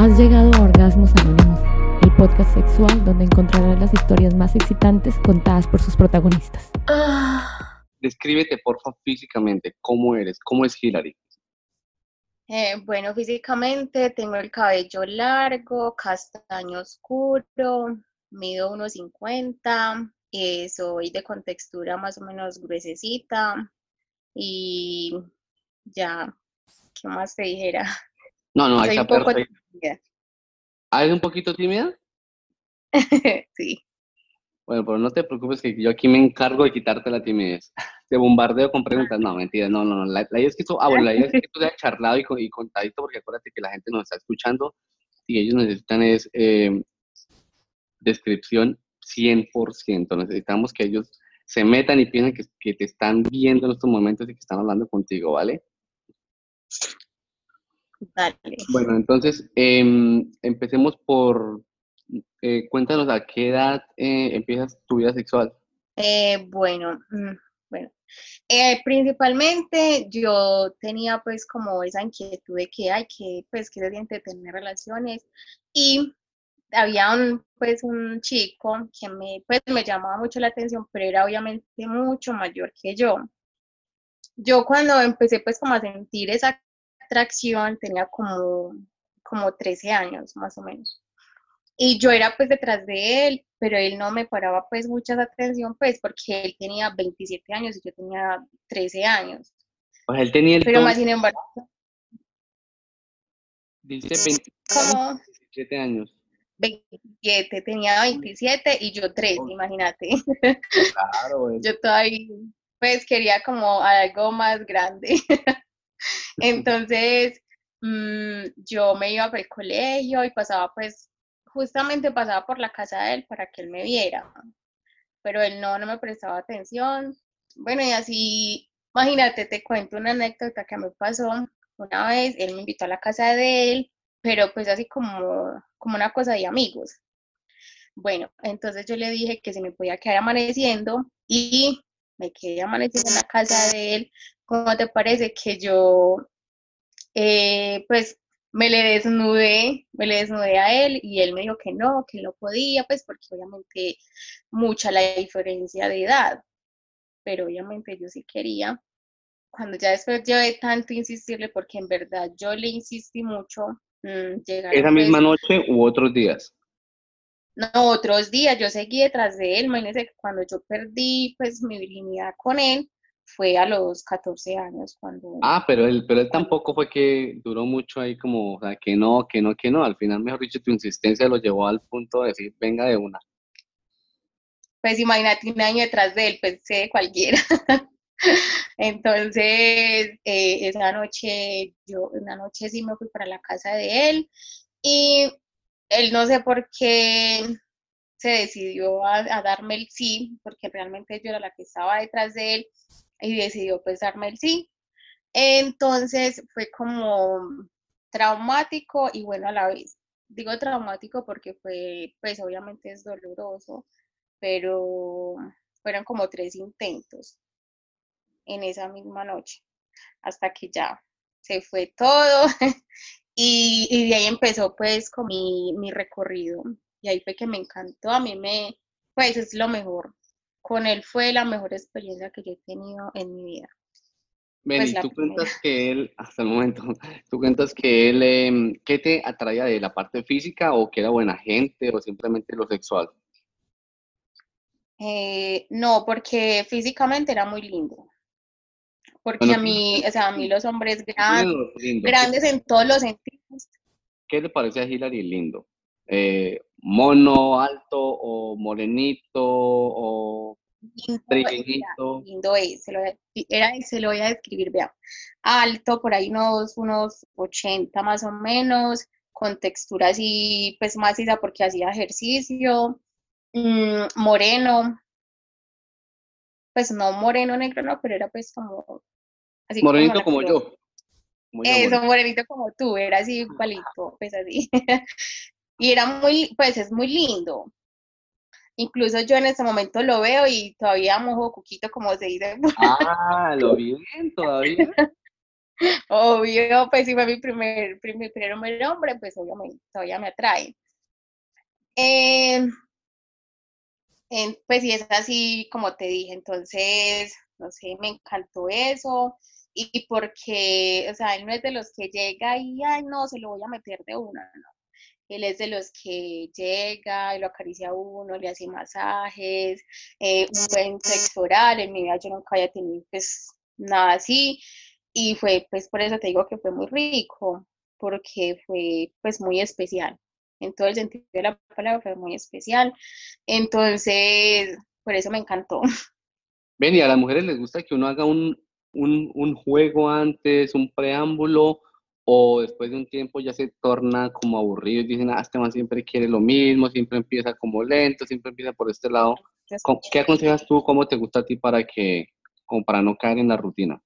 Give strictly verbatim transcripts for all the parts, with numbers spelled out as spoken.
Has llegado a Orgasmos Anónimos, el podcast sexual donde encontrarás las historias más excitantes contadas por sus protagonistas. Ah. Descríbete, porfa, físicamente. ¿Cómo eres? ¿Cómo es Hilary? Eh, bueno, físicamente tengo el cabello largo, castaño oscuro, mido uno cincuenta, eh, soy de contextura más o menos gruesecita y ya, ¿qué más te dijera? No, no, ahí Soy está un poco perfecto. tímida. ¿Ah, eres un poquito tímida? Sí. Bueno, pero no te preocupes que yo aquí me encargo de quitarte la timidez. Te bombardeo con preguntas. No, mentira, no, no, no. La, la idea es que tú, ah, bueno, la idea es que tú seas charlado y, con- y contadito, porque acuérdate que la gente nos está escuchando y ellos necesitan es eh, descripción cien por ciento. Necesitamos que ellos se metan y piensen que, que te están viendo en estos momentos y que están hablando contigo, ¿vale? Dale. Bueno, entonces, em, empecemos por, eh, cuéntanos a qué edad eh, empiezas tu vida sexual. Eh, bueno, mm, bueno. Eh, principalmente yo tenía pues como esa inquietud de que hay que, pues que se siente tener relaciones y había un, pues un chico que me, pues me llamaba mucho la atención, pero era obviamente mucho mayor que yo. Yo cuando empecé pues como a sentir esa atracción tenía como, como trece años más o menos. Y yo era pues detrás de él, pero él no me paraba pues mucha atención pues porque él tenía veintisiete años y yo tenía trece años. Pues él tenía el Pero más doble, sin embargo, dice veintisiete años, como diecisiete años. veintisiete, tenía veintisiete y yo trece, Oh, imagínate. claro, él. Yo todavía pues quería como algo más grande. Entonces, mmm, yo me iba para el colegio y pasaba pues, justamente pasaba por la casa de él para que él me viera, pero él no, no me prestaba atención. Bueno, y así, imagínate, te cuento una anécdota que me pasó. Una vez él me invitó a la casa de él, pero pues así como, como una cosa de amigos. Bueno, entonces yo le dije que se me podía quedar amaneciendo y me quedé amaneciendo en la casa de él. ¿Cómo te parece que yo, eh, pues, me le desnudé, me le desnudé a él y él me dijo que no, que él no podía, pues, porque obviamente mucha la diferencia de edad, pero obviamente yo sí quería. Cuando ya después yo de tanto insistirle, porque en verdad yo le insistí mucho, mmm, ¿Esa llegaron misma pues noche u otros días? no, otros días yo seguí detrás de él. Imagínense que cuando yo perdí pues mi virginidad con él fue a los catorce años cuando, Ah, pero él, pero él cuando tampoco fue que duró mucho ahí como, o sea, que no, que no, que no. Al final, mejor dicho, tu insistencia lo llevó al punto de decir, venga de una. pues imagínate un año detrás de él, pensé cualquiera. Entonces, eh, esa noche, yo, una noche sí me fui para la casa de él y él no sé por qué se decidió a, a darme el sí, porque realmente yo era la que estaba detrás de él y decidió pues darme el sí. Entonces fue como traumático y bueno a la vez. Digo traumático porque fue, pues obviamente es doloroso, pero fueron como tres intentos en esa misma noche, hasta que ya se fue todo y, y de ahí empezó pues con mi, mi recorrido y ahí fue que me encantó, a mí me, pues es lo mejor, con él fue la mejor experiencia que yo he tenido en mi vida, pues Meli, la tú primera. cuentas que él, hasta el momento, tú cuentas que él, em, ¿qué te atraía de la parte física o que era buena gente o simplemente lo sexual? Eh, no, porque físicamente era muy lindo, porque Bueno, a mí, o sea, a mí los hombres bueno, grandes, lindo. ¿Qué, grandes en todos los sentidos, qué le parece a Hilary lindo? Eh, ¿mono, alto o morenito o lindo, mira, trigueñito? lindo es, se lo, voy a- era, se lo voy a describir, vea, alto, por ahí unos, unos ochenta más o menos, con textura así, pues maciza porque hacía ejercicio, mm, moreno, pues no moreno negro, no, pero era pues como, así como Morenito como natural. yo, como yo, Eso, morenito. morenito como tú, era así igualito, pues así. Y era muy, pues es muy lindo. Incluso yo en este momento lo veo y todavía mojo cuquito, como se dice. Ah, lo vi bien todavía. Obvio, pues si fue mi primer, primer, primer hombre, pues obviamente todavía me atrae. Eh, en, pues sí, es así como te dije, entonces, no sé, me encantó eso. Y porque, o sea, él no es de los que llega y, ay, no, se lo voy a meter de una, no. Él es de los que llega y lo acaricia a uno, le hace masajes, eh, un buen sexo oral. En mi vida yo nunca había tenido pues nada así y fue pues por eso te digo que fue muy rico, porque fue pues muy especial. En todo el sentido de la palabra fue muy especial. Entonces, por eso me encantó. Ven, y a las mujeres les gusta que uno haga un, un, un juego antes, un preámbulo, o después de un tiempo ya se torna como aburrido y dicen, ah, este man siempre quiere lo mismo, siempre empieza como lento, siempre empieza por este lado. ¿Cómo- ¿Qué aconsejas tú? ¿Cómo te gusta a ti para que, como para no caer en la rutina?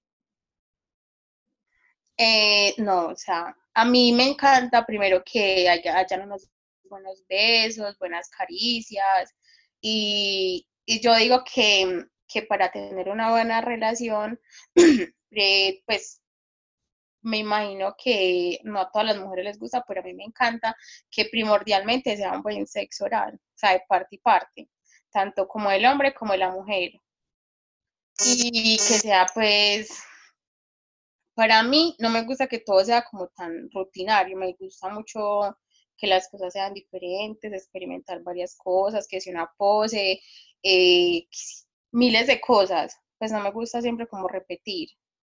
Eh, no, o sea, a mí me encanta primero que haya, hayan unos buenos besos, buenas caricias y, y yo digo que, que para tener una buena relación, eh, pues me imagino que no a todas las mujeres les gusta, pero a mí me encanta que primordialmente sea un buen sexo oral, o sea, de parte y parte, tanto como el hombre como la mujer. Y que sea pues para mí no me gusta que todo sea como tan rutinario, me gusta mucho que las cosas sean diferentes, experimentar varias cosas, que sea una pose, eh, miles de cosas, pues no me gusta siempre como repetir.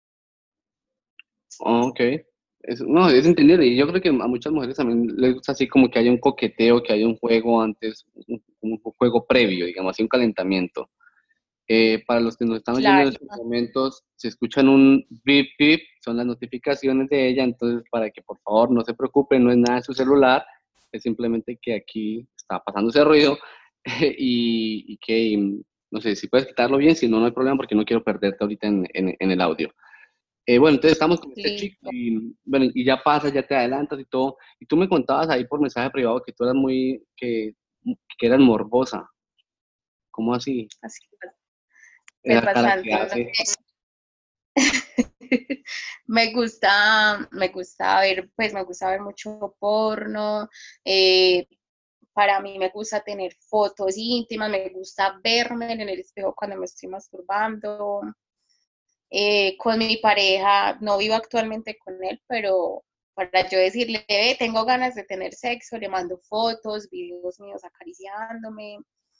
Oh, ok. Es, no, es entendible. Y yo creo que a muchas mujeres también les gusta así como que haya un coqueteo, que haya un juego antes, un, un juego previo, digamos así, un calentamiento. Eh, para los que nos están oyendo en Claro, estos momentos, si escuchan un bip bip, son las notificaciones de ella, entonces para que por favor no se preocupen, no es nada de su celular, es simplemente que aquí está pasando ese ruido y, y que, mm, no sé, si puedes quitarlo bien, si no, no hay problema porque no quiero perderte ahorita en, en, en el audio. Eh, bueno, entonces estamos con este chico listo. y, bueno, y ya pasa, ya te adelantas y todo, y tú me contabas ahí por mensaje privado que tú eras muy, que, que eras morbosa, ¿cómo así? Así pues Esa cara que bastante, no hace. sé. Me gusta, me gusta ver, pues me gusta ver mucho porno. eh, para mí me gusta tener fotos íntimas, me gusta verme en el espejo cuando me estoy masturbando. Eh, con mi pareja, no vivo actualmente con él, pero para yo decirle, "Ve, tengo ganas de tener sexo", le mando fotos, videos míos acariciándome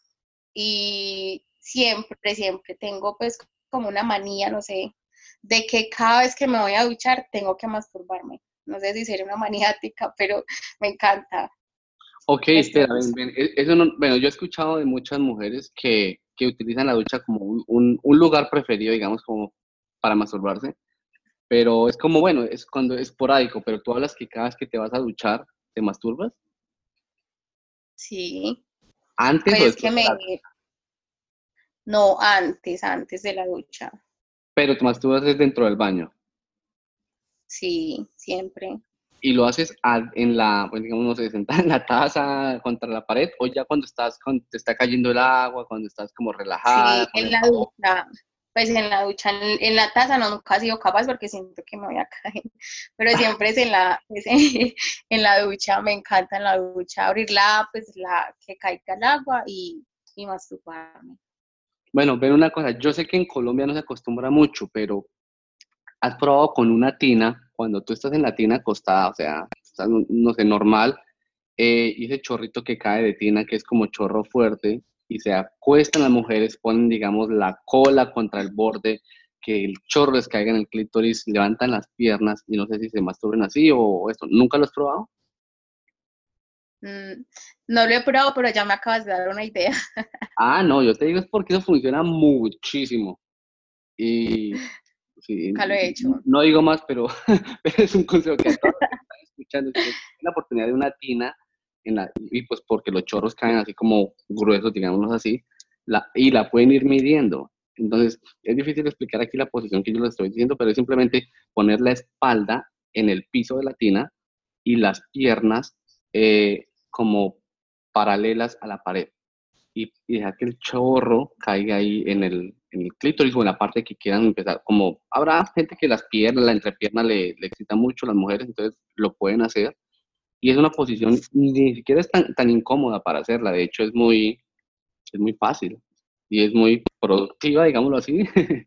y siempre, siempre tengo pues como una manía, no sé, de que cada vez que me voy a duchar tengo que masturbarme. No sé si sería una maniática, pero me encanta. Ok, Pues me espera, ven, gusta. ven. e- Eso no, bueno, yo he escuchado de muchas mujeres que, que utilizan la ducha como un, un- un lugar preferido, digamos, como para masturbarse, pero es como, bueno, es cuando es esporádico, pero tú hablas que cada vez que te vas a duchar, ¿te masturbas? Sí, ¿Antes o pues después que de me, la... no, antes, antes de la ducha. Pero te masturbas es dentro del baño Sí, siempre. y lo haces a- en la, pues digamos, no sé, sentada en la taza contra la pared o ya cuando estás, cuando te está cayendo el agua, cuando estás como relajada Sí, con en el la jabón. ducha, pues en la ducha, en, en la taza no, nunca he sido capaz porque siento que me voy a caer, pero siempre es en la, es en, en la ducha, me encanta en la ducha abrirla, pues la que caiga el agua y, y masturbarme. Bueno, ven una cosa, yo sé que en Colombia no se acostumbra mucho, pero ¿has probado con una tina, cuando tú estás en la tina acostada, o sea, estás, no no sé, normal, eh, y ese chorrito que cae de tina, que es como chorro fuerte, y se acuestan las mujeres, ponen, digamos, la cola contra el borde, que el chorro les caiga en el clítoris, levantan las piernas, y no sé si se masturben así o esto, ¿nunca lo has probado? Mm, no lo he probado, pero ya me acabas de dar una idea. Ah, no, yo te digo es porque eso funciona muchísimo, y sí, Nunca lo he hecho. no digo más, pero, pero es un consejo que a todos los que están escuchando, si tienen la oportunidad de una tina, en la, y pues porque los chorros caen así como gruesos, digámoslo así, la, y la pueden ir midiendo. Entonces, es difícil explicar aquí la posición que yo les estoy diciendo, pero es simplemente poner la espalda en el piso de la tina y las piernas eh, como paralelas a la pared y, y dejar que el chorro caiga ahí en el, en el clítoris o en la parte que quieran empezar. Como habrá gente que las piernas, la entrepierna le, le excita mucho a las mujeres, entonces lo pueden hacer. Y es una posición, ni siquiera es tan, tan incómoda para hacerla, de hecho es muy, es muy fácil y es muy productiva, digámoslo así.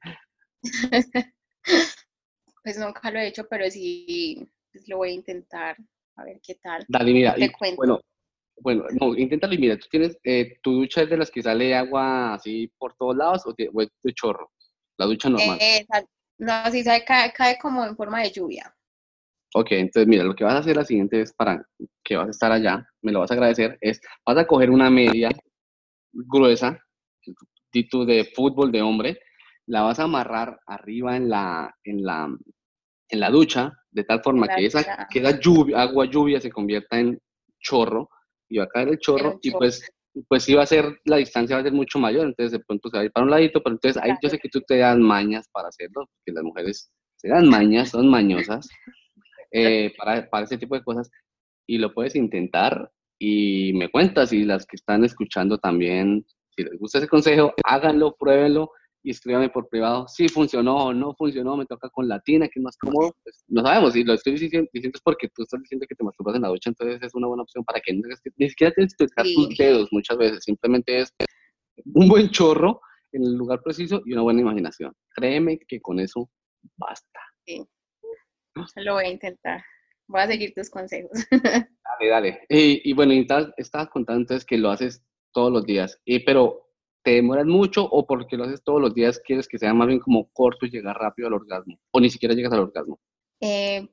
Pues nunca lo he hecho, pero sí pues lo voy a intentar, a ver qué tal. Dale, mira, Te y, cuento. bueno, bueno, no, inténtalo y mira, tú tienes, eh, tu ducha es de las que sale agua así por todos lados o, te- o es de chorro, la ducha normal. Eh, sal- no, sí, sabe, cae, cae como en forma de lluvia. Ok, entonces mira, lo que vas a hacer la siguiente vez para que vas a estar allá, me lo vas a agradecer, es, vas a coger una media gruesa, tipo de fútbol de hombre, la vas a amarrar arriba en la, en la, en la ducha, de tal En forma la que esa, ducha, que esa lluvia, agua lluvia se convierta en chorro, y va a caer el en chorro, un y chorro, pues, pues sí va a ser, la distancia va a ser mucho mayor, entonces de pronto se va a ir para un ladito, pero entonces ahí yo claro. sé que tú te das mañas para hacerlo, porque las mujeres se dan mañas, son mañosas, eh, para, para ese tipo de cosas, y lo puedes intentar, y me cuentas, y las que están escuchando también, si les gusta ese consejo, háganlo, pruébenlo, y escríbame por privado si funcionó o no funcionó, me toca con la tina, que es más cómodo, pues no sabemos, y lo estoy diciendo, diciendo es porque tú estás diciendo que te masturbas en la ducha, entonces es una buena opción para que no tengas que- ni siquiera tienes que utilizar Sí, tus dedos muchas veces, simplemente es un buen chorro en el lugar preciso y una buena imaginación. Créeme que con eso basta. sí, lo voy a intentar. Voy a seguir tus consejos. Dale, dale. Y, y bueno, y estabas, estabas contando entonces que lo haces todos los días, y, pero ¿te demoras mucho o porque lo haces todos los días quieres que sea más bien como corto y llegar rápido al orgasmo? O ni siquiera llegas al orgasmo. Eh,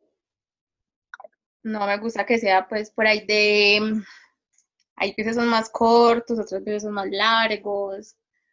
no me gusta que sea pues por ahí de, hay veces son más cortos, otras veces son más largos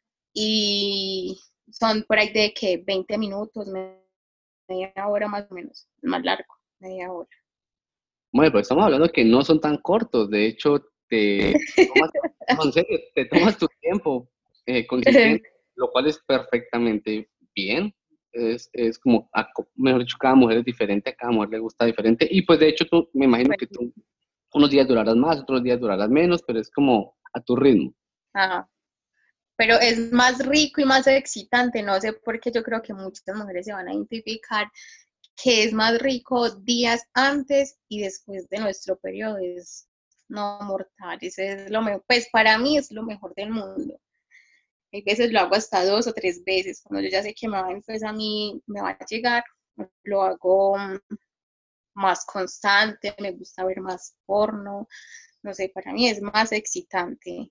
y son por ahí de que veinte minutos, media hora más o menos, más largo, media hora. Bueno, pues estamos hablando que no son tan cortos, de hecho te tomas, no, en serio, te tomas tu tiempo eh, consintiendo, lo cual es perfectamente bien. Es, es como, a co- mejor dicho, cada mujer es diferente, a cada mujer le gusta diferente. Y pues de hecho tú, me imagino Pues, que tú unos días durarás más, otros días durarás menos, pero es como a tu ritmo. ajá. Pero es más rico y más excitante, no sé por qué yo creo que muchas mujeres se van a identificar que es más rico días antes y después de nuestro periodo, es no mortal, ese es lo mejor, pues para mí es lo mejor del mundo. Hay veces lo hago hasta dos o tres veces, cuando yo ya sé que me va, pues a mí me va a llegar, lo hago más constante, me gusta ver más porno, no sé, para mí es más excitante.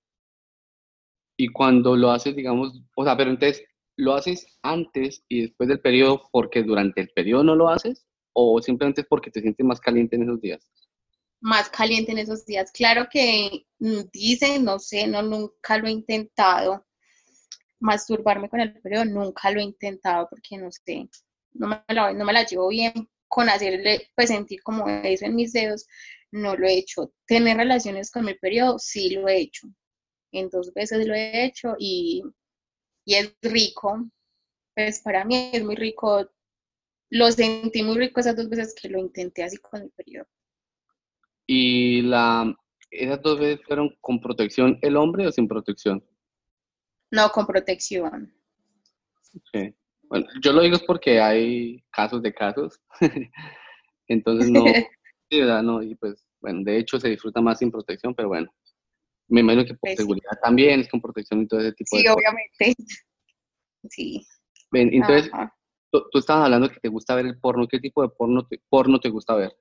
Y cuando lo haces, digamos, o sea, pero entonces, ¿lo haces antes y después del periodo porque durante el periodo no lo haces? ¿O simplemente es porque te sientes más caliente en esos días? Más caliente en esos días. Claro que mm, dicen, no sé, no, nunca lo he intentado. Masturbarme con el periodo, nunca lo he intentado porque no sé, no me la, no me la llevo bien con hacerle, pues sentir como eso en mis dedos, no lo he hecho. Tener relaciones con mi periodo, sí lo he hecho. En dos veces lo he hecho y, y es rico. Pues para mí es muy rico. Lo sentí muy rico esas dos veces que lo intenté así con el periodo. ¿Y la, esas dos veces fueron con protección el hombre o sin protección? No, con protección. Sí. Bueno, yo lo digo es porque hay casos de casos, entonces no, sí, ¿verdad? No, y pues, bueno, de hecho se disfruta más sin protección, pero bueno, me imagino que por Pues sí, seguridad también es con protección y todo ese tipo de sí, cosas. obviamente. Sí. Ven, entonces, Ajá. tú, tú estabas hablando que te gusta ver el porno, ¿qué tipo de porno te, porno te gusta ver?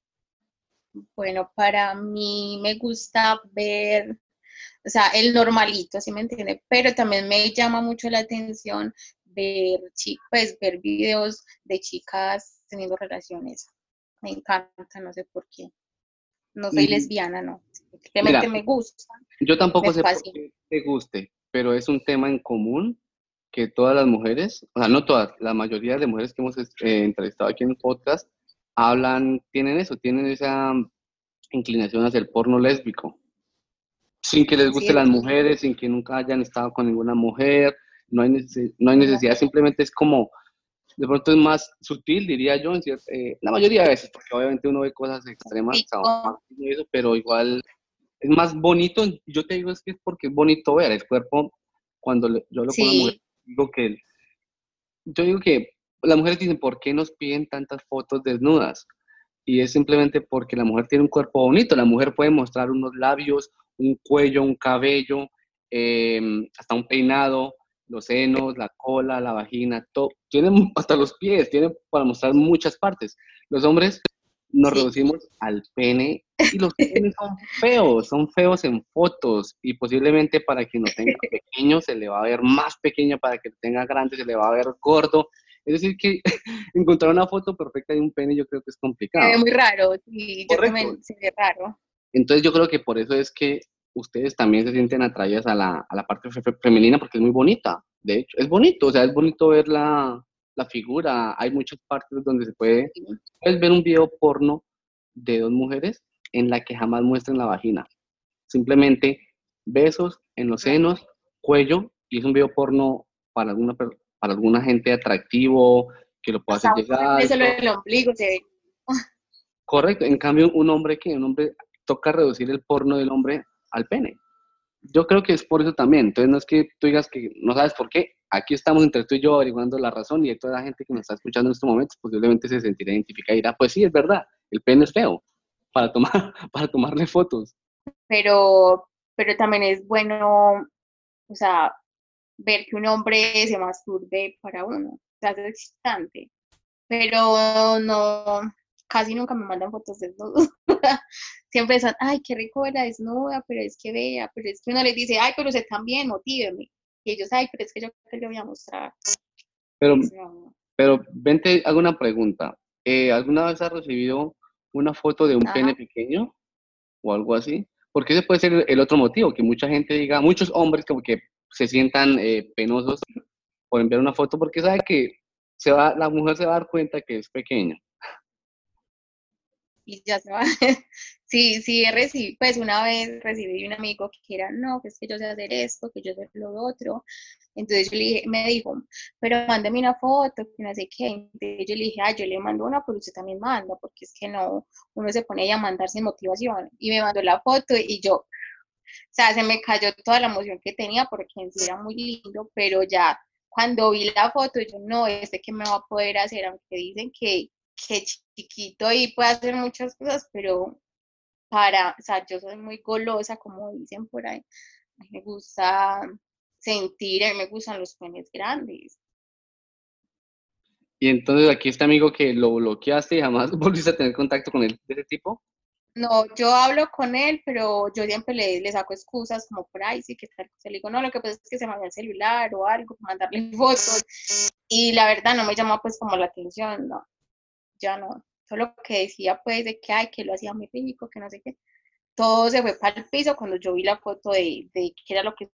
Bueno, para mí me gusta ver, o sea, el normalito, ¿sí me entiende? Pero también me llama mucho la atención ver, chi- pues, ver videos de chicas teniendo relaciones. Me encanta, no sé por qué. No soy Mm, lesbiana, no. Simplemente Mira, me gusta, yo tampoco me sé por fascina. qué te guste, pero es un tema en común que todas las mujeres, o sea, no todas, la mayoría de mujeres que hemos eh, entrevistado aquí en el podcast, hablan, tienen eso, tienen esa inclinación hacia el porno lésbico, sin que les Sí, guste es las rico. mujeres, sin que nunca hayan estado con ninguna mujer, no hay, nece- no hay No, necesidad, simplemente es como, de pronto es más sutil, diría yo, en cier- eh, la mayoría de veces, porque obviamente uno ve cosas extremas, rico. sadomasoquismo y eso, pero igual es más bonito, yo te digo es que es porque es bonito ver el cuerpo, cuando le- yo hablo con una mujer Sí, digo que, yo digo que las mujeres dicen, ¿por qué nos piden tantas fotos desnudas? Y es simplemente porque la mujer tiene un cuerpo bonito. La mujer puede mostrar unos labios, un cuello, un cabello, eh, hasta un peinado, los senos, la cola, la vagina, todo. Tienen hasta los pies, tienen para mostrar muchas partes. Los hombres nos Sí. reducimos al pene y los penes son feos, son feos en fotos y posiblemente para quien lo tenga pequeño se le va a ver más pequeño, para que lo tenga grande se le va a ver gordo. Es decir, que encontrar una foto perfecta de un pene yo creo que es Se complicado. ve muy raro, sí, yo Correcto. también se ve raro. Entonces yo creo que por eso es que ustedes también se sienten atraídas a la, a la parte fe- fe- femenina porque es muy bonita. De hecho, es bonito, o sea, es bonito ver la, la figura. Hay muchas partes donde se puede, Sí. puedes ver un video porno de dos mujeres en la que jamás muestran la vagina. Simplemente besos en los senos, cuello, y es un video porno para alguna, per- para alguna gente atractivo, que lo pueda hacer Hasta un llegar. solo el ombligo se ve. Correcto, en cambio un hombre que un hombre toca reducir el porno del hombre al pene. Yo creo que es por eso también. Entonces no es que tú digas que no sabes por qué. Aquí estamos entre tú y yo averiguando la razón y toda la gente que nos está escuchando en estos momentos posiblemente se sentirá identificada y dirá, pues sí, es verdad, el pene es feo para tomar, para tomarle fotos. Pero, pero también es bueno, o sea, ver que un hombre se masturbe para uno, o sea, es excitante. Pero no, casi nunca me mandan fotos desnudos. Siempre son, ay, qué rico la desnuda, pero es que vea, pero es que uno les dice, ay, pero usted también, motíveme. Y ellos, ay, pero es que yo qué le voy a mostrar. Pero, Pues, no. pero vente, hago una pregunta. Eh, ¿alguna vez has recibido una foto de un pene Ajá. pequeño o algo así? Porque ese puede ser el otro motivo, que mucha gente diga, muchos hombres como que se sientan eh, penosos por enviar una foto porque sabe que se va, la mujer se va a dar cuenta que es pequeño. Y ya se va. Sí, sí, recibí, pues una vez recibí un amigo que era, no, que es que yo sé hacer esto, que yo sé lo otro. Entonces yo le dije, me dijo, pero mándame una foto, que no sé qué. Entonces yo le dije, ah, yo le mando una, pero usted también manda, porque es que no, uno se pone ahí a mandar sin motivación. Y me mandó la foto y yo, o sea, se me cayó toda la emoción que tenía porque en sí era muy lindo, pero ya cuando vi la foto, yo no, este que me va a poder hacer, aunque dicen que, que chiquito y puede hacer muchas cosas, pero para, o sea, yo soy muy golosa, como dicen por ahí, a mí me gusta sentir, a mí me gustan los penes grandes. Y entonces aquí este amigo que lo bloqueaste y jamás volviste a tener contacto con él de ese tipo. No, yo hablo con él, pero yo siempre le, le saco excusas como por ahí, sí, que tal cosa. Le digo, no, lo que pasa es que se me había el celular o algo, mandarle fotos. Y la verdad no me llama pues como la atención, no, ya no. Solo que decía pues de que, ay, que lo hacía muy rico, que no sé qué. Todo se fue para el piso cuando yo vi la foto de, de qué era lo que...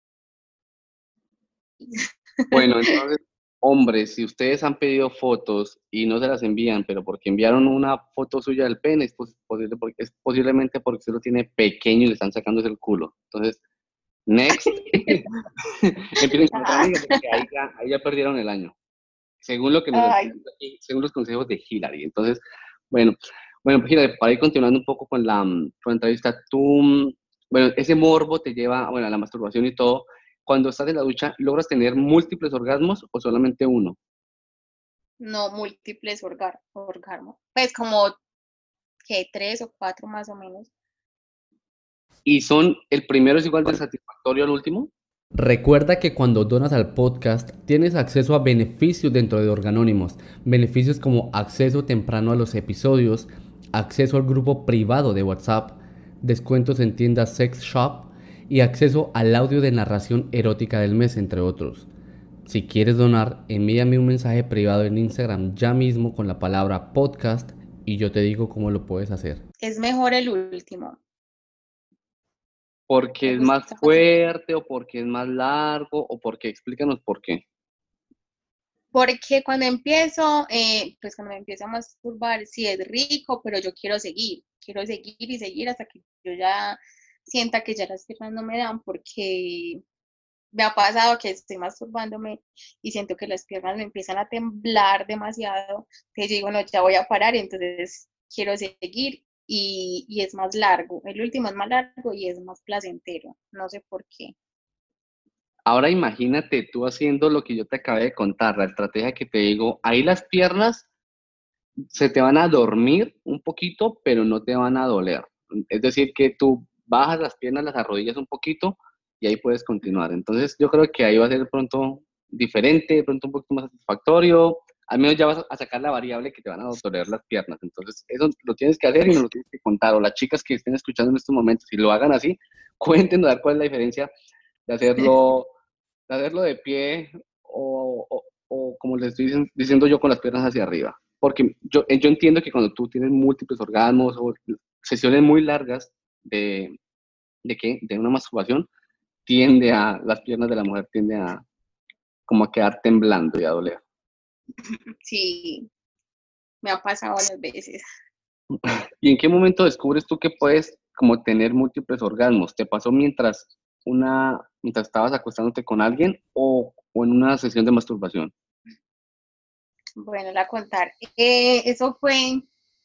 Bueno, entonces, hombres, si ustedes han pedido fotos y no se las envían, pero porque enviaron una foto suya del pene, es, pos- posible porque, es posiblemente porque usted lo tiene pequeño y le están sacándose el culo. Entonces, next, empiecen con otra Ah, amiga porque ahí ya, ahí ya perdieron el año, según lo que nos está ay, diciendo aquí, según los consejos de Hillary. Entonces, bueno, bueno, pues Hillary, para ir continuando un poco con la, mm, con la entrevista, tú, mm, bueno, ese morbo te lleva, bueno, a la masturbación y todo. Cuando estás en la ducha, ¿logras tener múltiples orgasmos o solamente uno? no, múltiples orgar orgasmos. Pues como que tres o cuatro más o menos. ¿Y son, el primero es igual de satisfactorio al último? Recuerda que cuando donas al podcast tienes acceso a beneficios dentro de Organónimos, beneficios como acceso temprano a los episodios, acceso al grupo privado de WhatsApp, descuentos en tiendas Sex Shop y acceso al audio de narración erótica del mes, entre otros. Si quieres donar, envíame un mensaje privado en Instagram ya mismo con la palabra podcast y yo te digo cómo lo puedes hacer. Es mejor el último. ¿Porque Me es más gusta más. fuerte o porque es más largo o porque? Explícanos por qué. Porque cuando empiezo, eh, pues cuando me empiezo a masturbar, sí es rico, pero yo quiero seguir, quiero seguir y seguir hasta que yo ya sienta que ya las piernas no me dan, porque me ha pasado que estoy masturbándome y siento que las piernas me empiezan a temblar demasiado, que digo, no, ya voy a parar, entonces quiero seguir y, y es más largo. El último es más largo y es más placentero, no sé por qué. Ahora imagínate tú haciendo lo que yo te acabé de contar, la estrategia que te digo, ahí las piernas se te van a dormir un poquito, pero no te van a doler. Es decir, que tú bajas las piernas, las arrodillas un poquito y ahí puedes continuar. Entonces, yo creo que ahí va a ser de pronto diferente, de pronto un poquito más satisfactorio. Al menos ya vas a sacar la variable que te van a doler las piernas. Entonces, eso lo tienes que hacer y me lo tienes que contar. O las chicas que estén escuchando en estos momentos, si lo hagan así, cuéntenos a ver cuál es la diferencia de hacerlo, de hacerlo de pie o, o, o como les estoy dicen- diciendo yo, con las piernas hacia arriba. Porque yo, eh, yo entiendo que cuando tú tienes múltiples orgasmos o sesiones muy largas de, ¿de qué? De una masturbación, tiende a, las piernas de la mujer tienden a como a quedar temblando y a doler. Sí, me ha pasado varias veces. ¿Y en qué momento descubres tú que puedes como tener múltiples orgasmos? ¿Te pasó mientras una, mientras estabas acostándote con alguien o, o en una sesión de masturbación? Bueno, la contar. Eh, eso fue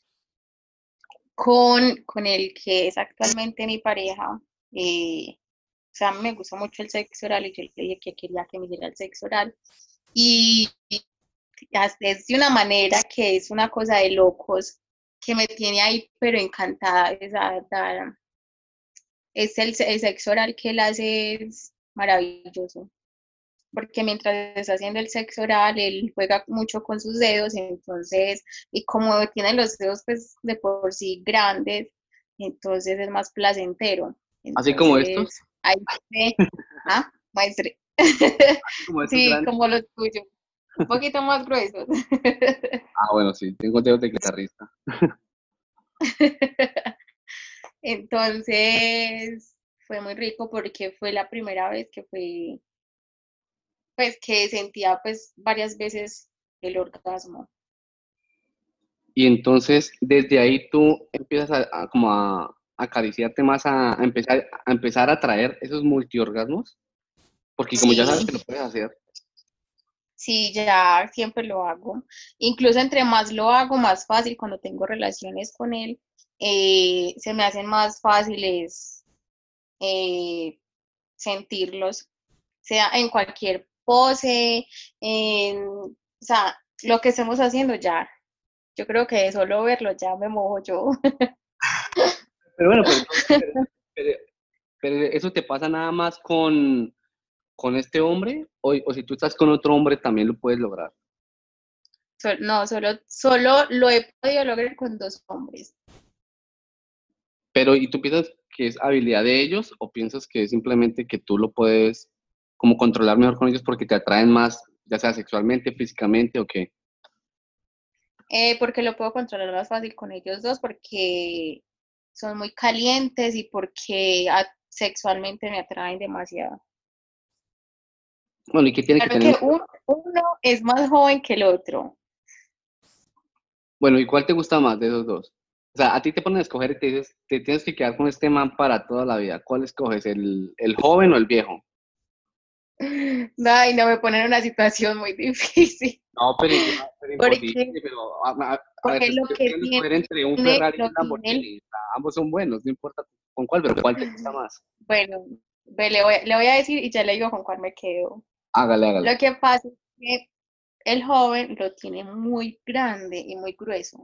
con, con el que es actualmente mi pareja. Eh, o sea, me gusta mucho el sexo oral y yo le dije que quería que me diera el sexo oral. Y, y es de una manera que es una cosa de locos, que me tiene ahí, pero encantada. O sea, da- es el, el sexo oral que él hace es maravilloso. Porque mientras está haciendo el sexo oral, él juega mucho con sus dedos, entonces, y como tiene los dedos pues de por sí grandes, entonces es más placentero. ¿Así como estos? Entonces, ahí se, ah, muestre. Como estos Sí, grandes. como los tuyos, un poquito más gruesos. Ah, bueno, sí, tengo dedos de guitarrista. Entonces, fue muy rico porque fue la primera vez que fue, pues, que sentía pues varias veces el orgasmo. Y entonces, desde ahí tú empiezas a, a como a acariciarte más, a, a empezar, a empezar a traer esos multiorgasmos, porque como ya sabes Sí. que lo puedes hacer. Sí, ya siempre lo hago. Incluso entre más lo hago, más fácil cuando tengo relaciones con él, eh, se me hacen más fáciles eh, sentirlos, sea en cualquier pose, en, o sea, lo que estemos haciendo ya. Yo creo que de solo verlo ya me mojo yo. Pero bueno, pero, entonces, pero, pero- pero eso te pasa nada más con, con este hombre, o, o si tú estás con otro hombre también lo puedes lograr. So- no, solo, solo lo he podido lograr con dos hombres. Pero, ¿y tú piensas que es habilidad de ellos o piensas que es simplemente que tú lo puedes como controlar mejor con ellos porque te atraen más, ya sea sexualmente, físicamente o qué? Eh, porque lo puedo controlar más fácil con ellos dos, porque son muy calientes y porque a- sexualmente me atraen demasiado. Bueno, ¿y qué tiene que Claro tener? que un- uno es más joven que el otro. Bueno, ¿y cuál te gusta más de esos dos? O sea, a ti te ponen a escoger y te dices, te tienes que quedar con este man para toda la vida. ¿Cuál escoges, el, el joven o el viejo? Ay, no me ponen en una situación muy difícil. No, pero igual, pero Porque, imposible, pero a, a- a ver, porque te lo estoy que pidiendo tiene, escoger entre un Ferrari y lo un tiene el, Lamborghini. O sea, ambos son buenos, no importa con cuál, pero ¿cuál te gusta más? bueno, ve, le voy, le voy a decir y ya le digo con cuál me quedo. Hágale, hágale. Lo que pasa es que el joven lo tiene muy grande y muy grueso.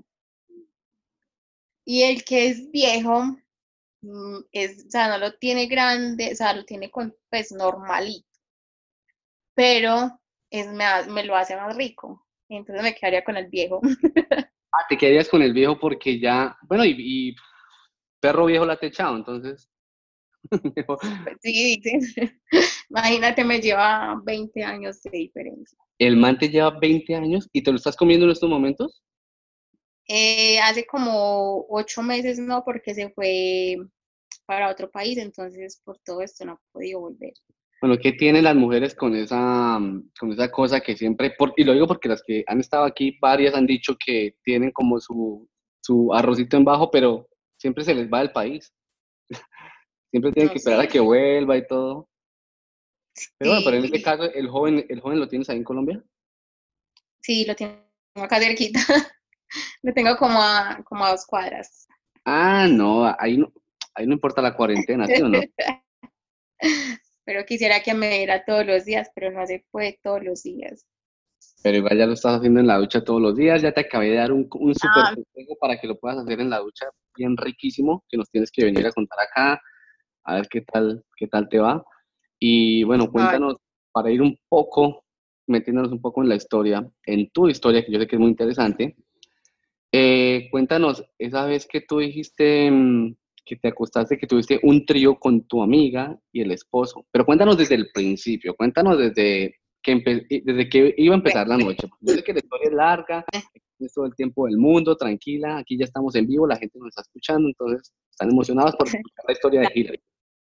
Y el que es viejo, mm, es, o sea, no lo tiene grande, o sea, lo tiene con, pues normalito, pero es, me, ha- me lo hace más rico. Entonces me quedaría con el viejo. Ah, te quedarías con el viejo porque ya, bueno, y, y perro viejo la ha techado, entonces. Pues sí, dicen. Imagínate, me lleva veinte años de diferencia. El man te lleva veinte años y te lo estás comiendo en estos momentos. Eh, hace como ocho meses, no, porque se fue para otro país, entonces por todo esto no ha podido volver. Bueno, ¿qué tienen las mujeres con esa, mm, con esa cosa que siempre, por- y lo digo porque las que han estado aquí, varias han dicho que tienen como su, su arrocito en bajo, pero siempre se les va del país. Siempre tienen No que esperar sé. a que vuelva y todo. Pero bueno, pero en este Sí, caso, el joven, el joven lo tienes ahí en Colombia. sí, lo tengo acá cerquita. Lo tengo como a, como a dos cuadras. Ah, no, ahí no, ahí no importa la cuarentena, ¿sí o no? pero quisiera que me viera todos los días, pero no se puede todos los días. Pero igual ya lo estás haciendo en la ducha todos los días, ya te acabé de dar un, un súper Ah, consejo para que lo puedas hacer en la ducha bien riquísimo, que nos tienes que venir a contar acá, a ver qué tal, qué tal te va. Y bueno, ay, cuéntanos, para ir un poco, metiéndonos un poco en la historia, en tu historia, que yo sé que es muy interesante, eh, cuéntanos, esa vez que tú dijiste mm, que te acostaste, que tuviste un trío con tu amiga y el esposo, pero cuéntanos desde el principio, cuéntanos desde que, empe- eh, desde que iba a bueno, empezar la noche. Yo sé que la historia es larga, es todo el tiempo del mundo, tranquila, aquí ya estamos en vivo, la gente nos está escuchando, entonces están emocionados por escuchar la historia de Hillary.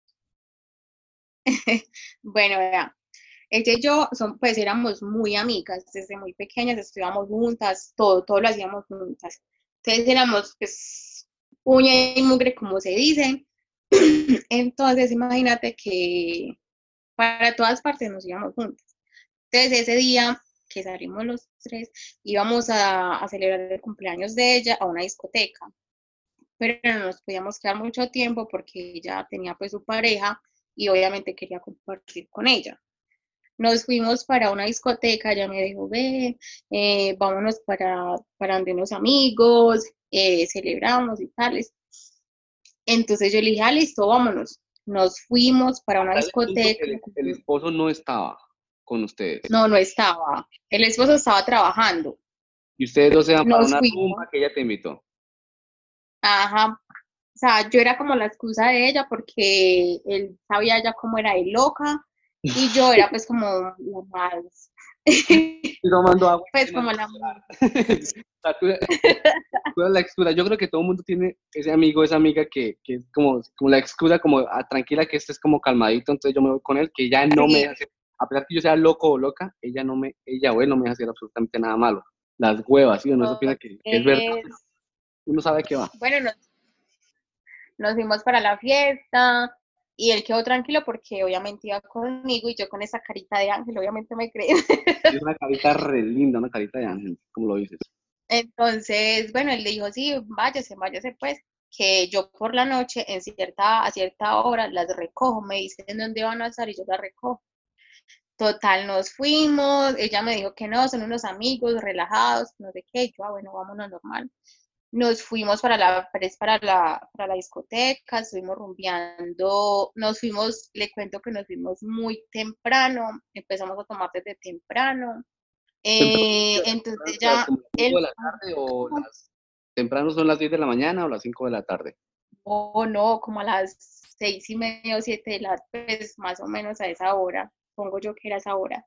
bueno, vea, ella y yo son, pues éramos muy amigas, desde muy pequeñas estudiábamos juntas, todo, todo lo hacíamos juntas. Entonces éramos, pues, uña y mugre, como se dice. Entonces, imagínate que para todas partes nos íbamos juntas. Entonces, ese día que salimos los tres, íbamos a, a celebrar el cumpleaños de ella a una discoteca, pero no nos podíamos quedar mucho tiempo porque ella tenía pues su pareja y obviamente quería compartir con ella. Nos fuimos para una discoteca, ella me dijo, ve, eh, vámonos para, para donde unos amigos, eh, celebramos y tales. Entonces yo le dije, ah, listo, vámonos. Nos fuimos para una A tal punto discoteca. que el, el esposo no estaba con ustedes. No, no estaba. El esposo estaba trabajando. Y ustedes dos se van para Nos una fuimos. rumba que ella te invitó. Ajá. O sea, yo era como la excusa de ella porque él sabía ya cómo era de loca y yo era pues como la más, Estoy tomando agua. pues como la O sea, tú, tú eres la excusa. Yo creo que todo el mundo tiene ese amigo, esa amiga que, que es como, como la excusa, como ah, tranquila, que este es como calmadito, entonces yo me voy con él, que ya no me sí, deja hacer, a pesar que yo sea loco o loca, ella no me, ella o él no me deja hacer absolutamente nada malo. Las huevas, ¿sí? Uno eso opina que, que es verdad, pero entonces, uno sabe que va. bueno, nos, nos fuimos para la fiesta y él quedó tranquilo porque obviamente iba conmigo y yo con esa carita de ángel, obviamente me creí. Es una carita re linda, una carita de ángel, como lo dices. Entonces, bueno, él le dijo, sí, váyase, váyase pues, que yo por la noche en cierta, a cierta hora las recojo, me dicen dónde van a estar y yo las recojo. Total, nos fuimos, ella me dijo que no, son unos amigos relajados, no sé qué, yo, ah, bueno, vámonos normal. Nos fuimos para la, pues, para la, para la discoteca, estuvimos rumbeando, nos fuimos, le cuento que nos fuimos muy temprano, empezamos a tomar desde temprano, Temprano, eh, temprano, entonces ¿qué horas? ya, Como las cinco él, de la tarde o las... Temprano son las diez de la mañana o las cinco de la tarde. o no, como a las seis y media o siete de la, pues más o menos a esa hora, pongo yo que era esa hora,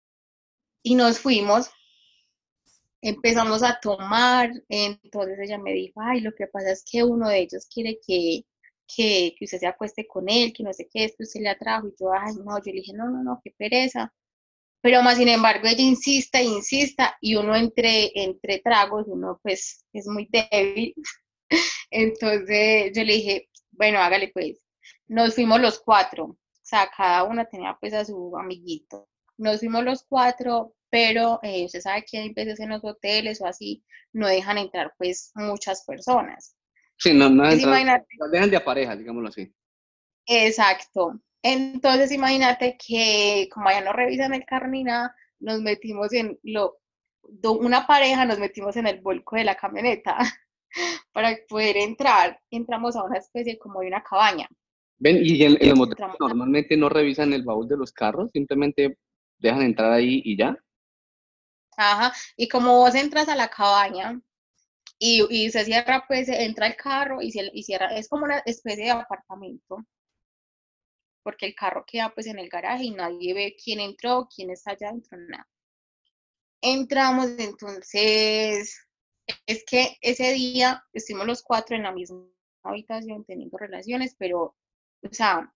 y nos fuimos. Empezamos a tomar, entonces ella me dijo, ay, lo que pasa es que uno de ellos quiere que, que, que usted se acueste con él, que no sé qué, es que usted le atrajo, y yo, ay, no, yo le dije, no, no, no, qué pereza, pero más sin embargo ella insista, insista, y uno entre, entre tragos, uno pues es muy débil, entonces yo le dije, bueno, hágale pues, nos fuimos los cuatro, o sea, cada una tenía pues a su amiguito, nos fuimos los cuatro, pero eh, usted sabe que hay veces en los hoteles o así no dejan entrar pues muchas personas. Sí, no, no Entonces entran, imagínate, las dejan de a pareja, digámoslo así. exacto. Entonces imagínate que como allá no revisan el carro ni nada, nos metimos en lo, una pareja nos metimos en el volco de la camioneta para poder entrar. Entramos a una especie como de una cabaña. Ven, y en, en los moteles Entramos a, normalmente no revisan el baúl de los carros, simplemente dejan entrar ahí y ya. ajá, y como vos entras a la cabaña, y, y se cierra, pues entra el carro y, se, y cierra, es como una especie de apartamento, porque el carro queda pues en el garaje y nadie ve quién entró, quién está allá adentro, nada. Entramos, entonces, es que ese día estuvimos los cuatro en la misma habitación teniendo relaciones, pero, o sea,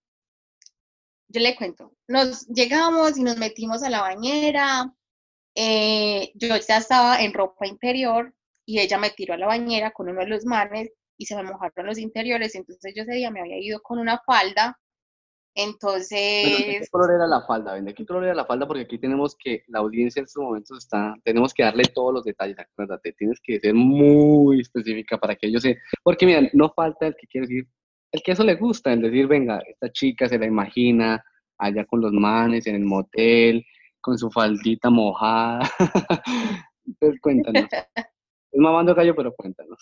yo le cuento, nos llegamos y nos metimos a la bañera, eh, yo ya estaba en ropa interior y ella me tiró a la bañera con uno de los manes y se me mojaron los interiores, entonces yo ese día me había ido con una falda, Bueno, ¿de qué entonces, color era la falda? ¿Ven? ¿De qué color era la falda? Porque aquí tenemos que, la audiencia en estos momentos está, tenemos que darle todos los detalles, acuérdate, tienes que ser muy específica para que ellos se, porque miren, no falta el que quiere decir, el que eso le gusta, el decir, venga, esta chica se la imagina allá con los manes en el motel, con su faldita mojada. Entonces cuéntanos. Es mamando gallo, pero cuéntanos.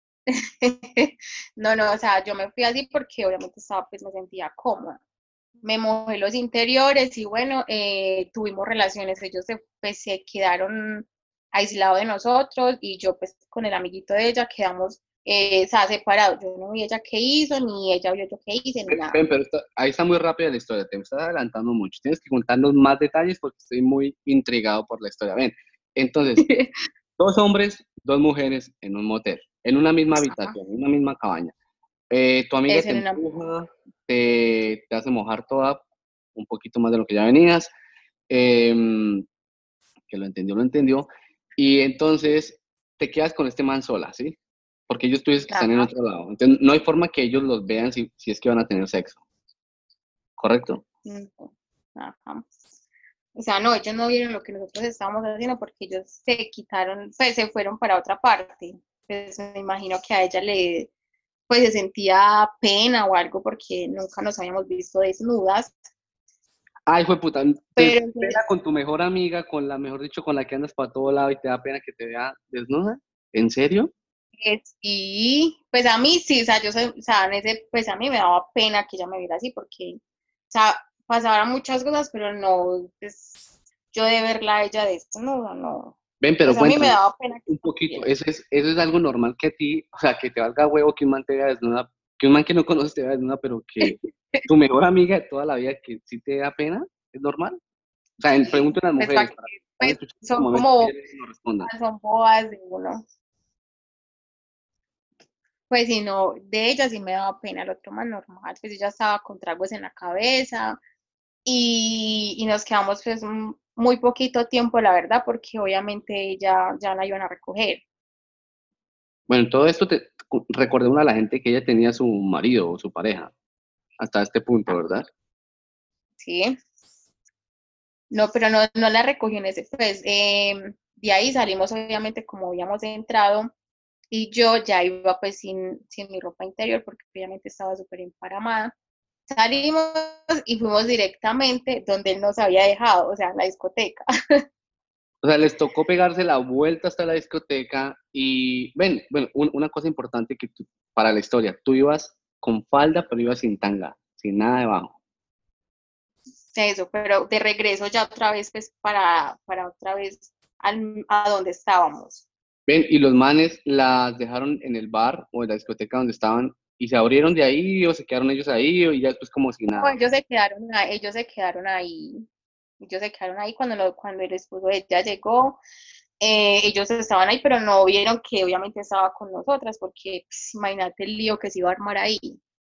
No, no, o sea, yo me fui así porque obviamente estaba, pues me sentía cómoda. Me mojé los interiores y bueno, eh, tuvimos relaciones, ellos se, pues, se quedaron aislados de nosotros y yo pues con el amiguito de ella quedamos, eh, o sea, separados. Yo no vi ella qué hizo, ni ella vio yo qué hice, ni Ven, nada. ven, pero está- ahí está muy rápida la historia, te estás adelantando mucho. Tienes que contarnos más detalles porque estoy muy intrigado por la historia. Ven, entonces, dos hombres, dos mujeres en un motel, en una misma Ajá, habitación, en una misma cabaña. Eh, tu amiga eso te en una... empuja, te, te hace mojar toda, un poquito más de lo que ya venías, em, que lo entendió, lo entendió, y entonces te quedas con este man sola, ¿sí? Porque ellos tú dices que están en Ajá, otro lado. Entonces no hay forma que ellos los vean si, si es que van a tener sexo, ¿correcto? no, ajá. O sea, no, ellos no vieron lo que nosotros estábamos haciendo porque ellos se quitaron, pues se fueron para otra parte. Pues me imagino que a ella le, pues se sentía pena o algo porque nunca nos habíamos visto desnudas, Ay, fue puta, te pero pena pues, con tu mejor amiga, con la, mejor dicho, con la que andas para todo lado y te da pena que te vea desnuda. ¿En serio? eh, sí, pues a mí sí, o sea, yo soy, o sea, en ese, pues a mí me daba pena que ella me viera así porque, o sea, pasaban muchas cosas, pero no, pues yo de verla a ella desnuda, no, Ven, pero pues a mí me cuéntame daba pena que un ella me poquito, viera. ¿eso es, eso es algo normal que a ti, o sea, que te valga huevo que un man te vea desnuda, que un man que no conoces te vea desnuda, pero que tu mejor amiga de toda la vida que sí te da pena? ¿Es normal? O sea, en- Sí, pregunten a las pues, pa' mujeres, que- para que están pues escuchando en este son momento, como, quieren que nos respondan. son boas de uno. Pues si no, de ella sí me daba pena, el otro más normal, pues ella estaba con tragos en la cabeza y, y nos quedamos pues un- muy poquito tiempo, la verdad, porque obviamente ella ya la iban a recoger, Bueno, todo esto te recordé a la gente que ella tenía su marido o su pareja, hasta este punto, ah, ¿verdad? ¿sí? No, pero no, no la recogió en ese, pues em, de ahí salimos obviamente como habíamos entrado y yo ya iba pues sin, sin mi ropa interior porque obviamente estaba súper emparamada. Salimos y fuimos directamente donde él nos había dejado, o sea, en la discoteca. O sea, les tocó pegarse la vuelta hasta la discoteca y, ven, bueno, un- una cosa importante que tú- para la historia, tú ibas con falda, pero ibas sin tanga, sin nada debajo. Eso, pero de regreso ya otra vez, pues para, para otra vez al, a donde estábamos. Ven, y los manes las dejaron en el bar o en la discoteca donde estaban y se abrieron de ahí o se quedaron ellos ahí o y ya después como si No, nada. ellos se quedaron, a- ellos se quedaron ahí, ellos se quedaron ahí cuando, lo- cuando el esposo de ella llegó, eh, ellos estaban ahí, pero no vieron que obviamente estaba con nosotras, porque pues, imagínate el lío que se iba a armar ahí.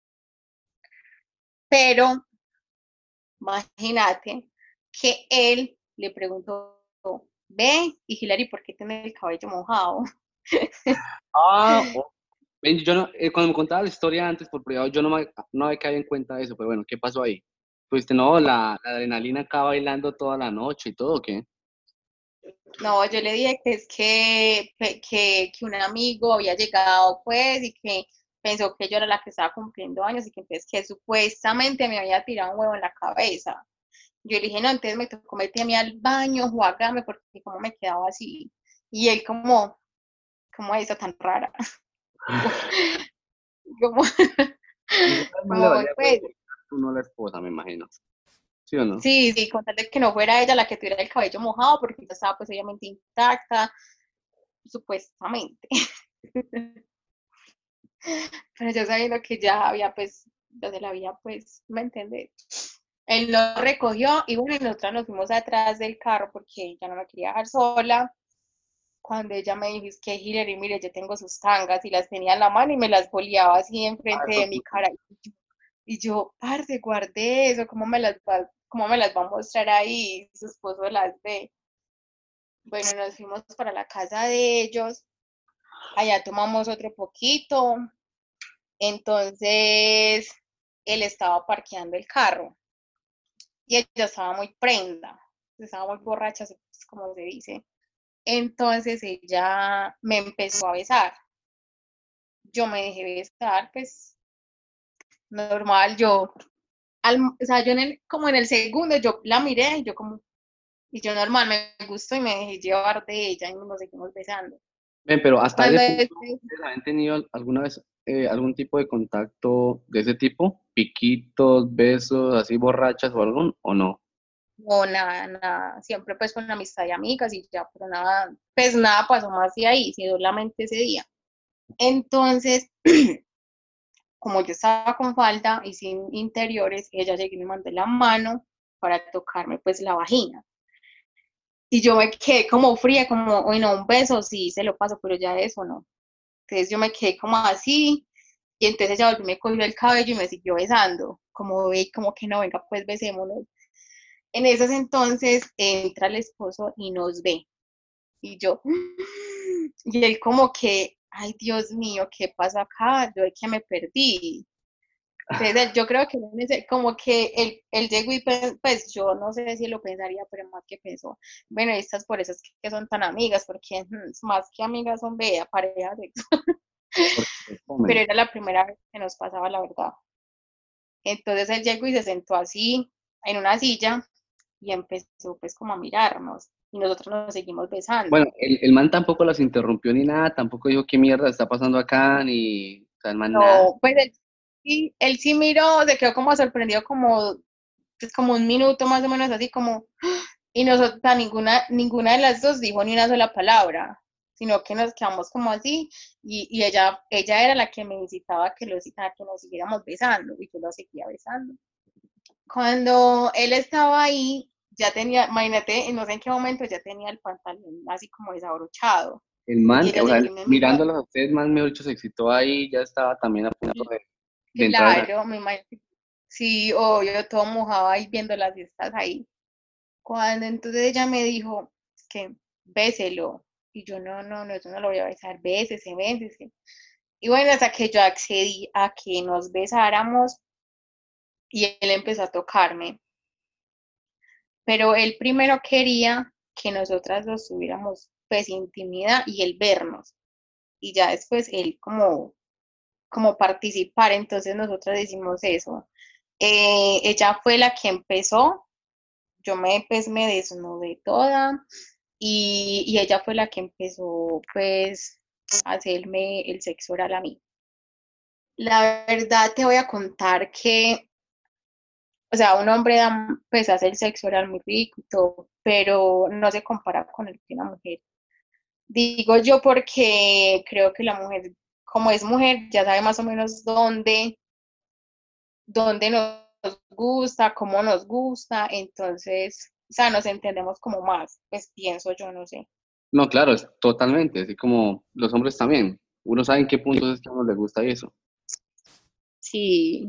Pero imagínate que él le preguntó, ve, y Hilary, ¿por qué tiene el cabello mojado? Ah, oh, ven, yo no, eh, cuando me contaba la historia antes por privado, yo no me no había caído en cuenta de eso, pero bueno, ¿qué pasó ahí? Pues no, la, la adrenalina acá bailando toda la noche y todo, ¿o qué? No, yo le dije que es que, que, que, que un amigo había llegado, pues, y que pensó que yo era la que estaba cumpliendo años y que entonces que supuestamente me había tirado un huevo en la cabeza. Yo le dije, no, entonces me tocó meterme al baño, jugarme, porque como me quedaba así. Y él como, como esa tan rara. Como, Igual al man le como, valía huevo pues, porque tú no la esposa, me imagino. ¿Sí o no? sí, sí, con tal de que no fuera ella la que tuviera el cabello mojado, porque ella estaba pues obviamente intacta, supuestamente. Pero yo sabiendo que ya había pues, ya se la había pues, ¿me entiendes? Él lo recogió y bueno, y nosotros nos fuimos atrás del carro porque ella no me quería dejar sola. Cuando ella me dijo, es que Hilary, mire, yo tengo sus tangas y las tenía en la mano y me las boleaba así Ay, enfrente fue de mi puta. cara. Y yo, y yo parce, guardé eso, ¿cómo me las va, cómo me las va a mostrar ahí? Su esposo las ve. Bueno, nos fuimos para la casa de ellos, allá tomamos otro poquito, entonces él estaba parqueando el carro y ella estaba muy prenda, estaba muy borracha, como se dice. Entonces ella me empezó a besar. Yo me dejé besar, pues normal, yo al, o sea, yo en el, como en el segundo, yo la miré y yo como, y yo normal, me gustó y me dejé llevar de ella y nos seguimos besando. Ven, pero hasta ese Cuando punto, este, ¿ustedes habían tenido alguna vez eh, algún tipo de contacto de ese tipo? ¿Piquitos, besos, así borrachas o algo? ¿O no? no, nada, nada, siempre pues con amistad y amigas y ya, pero nada, pues nada pasó más de ahí, solamente ese día. Entonces, como yo estaba con falda y sin interiores, ella llegó y me mandó la mano para tocarme pues la vagina. Y yo me quedé como fría, como, uy, no, un beso, sí, se lo paso, pero ya eso no. Entonces yo me quedé como así, y entonces ella volvió y me cogió el cabello y me siguió besando, como, ve, como que no, venga, pues besémonos. En esos entonces entra el esposo y nos ve, y yo, y él como que, ay, Dios mío, ¿qué pasa acá? Yo de que me perdí. Entonces, yo creo que como que él, él llegó y pues yo no sé si lo pensaría, pero más que pensó, bueno, estas por eso es que son tan amigas, porque mm, más que amigas son vea, parejas, Porque se pero comen. era la primera vez que nos pasaba la verdad. Entonces él llegó y se sentó así en una silla y empezó pues como a mirarnos y nosotros nos seguimos Bueno, besando. el, el man tampoco las interrumpió ni nada, tampoco dijo qué mierda está pasando acá, ni, o sea, el man nada. No, pues él sí, él sí miró, se quedó como sorprendido como, pues como un minuto más o menos así como, y nosotros, ninguna, ninguna de las dos dijo ni una sola palabra, sino que nos quedamos como así, y, y ella, ella era la que me incitaba a que, los, a que nos siguiéramos besando, y yo lo seguía besando. Cuando él estaba ahí, ya tenía, imagínate, no sé en qué momento ya tenía el pantalón así como desabrochado, El y man, ella o sea, llegó él y me miró, mirándolos a ustedes, más mejor dicho, se excitó ahí, ya estaba también a punto de, de entrar en la... claro, me imagino, sí, obvio, todo mojado ahí viendo las fiestas ahí. Cuando entonces ella me dijo, es que béselo. Y yo, no, no, no, yo no lo voy a besar, bésese, bésese. Y bueno, hasta que yo accedí a que nos besáramos y él empezó a tocarme. Pero él primero quería que nosotras dos tuviéramos pues intimidad y él vernos. Y ya después él como, como participar, entonces nosotras decimos eso. Eh, ella fue la que empezó, yo me, pues, me desnudé toda, y, y ella fue la que empezó pues a hacerme el sexo oral a mí. La verdad te voy a contar que, o sea, un hombre da, pues hace el sexo oral muy rico y todo, pero no se compara con el de una mujer. Digo yo porque creo que la mujer, como es mujer, ya sabe más o menos dónde, dónde nos gusta, cómo nos gusta, entonces, o sea, nos entendemos como más, pues pienso yo, no sé. No, claro, es totalmente, así como los hombres también. Uno sabe en qué puntos es que a uno le gusta y eso. Sí.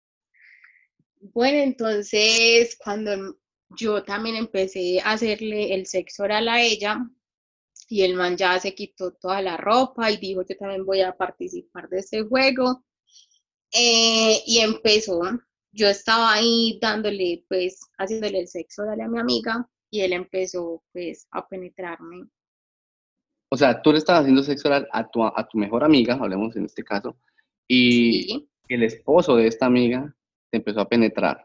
Bueno, entonces cuando yo también empecé a hacerle el sexo oral a ella y el man ya se quitó toda la ropa y dijo yo también voy a participar de este juego, eh, y empezó, yo estaba ahí dándole pues haciéndole el sexo oral a mi amiga y él empezó pues a penetrarme. O sea, tú le estabas haciendo sexo oral a tu, a tu mejor amiga, hablemos en este caso, y Sí, el esposo de esta amiga te empezó a penetrar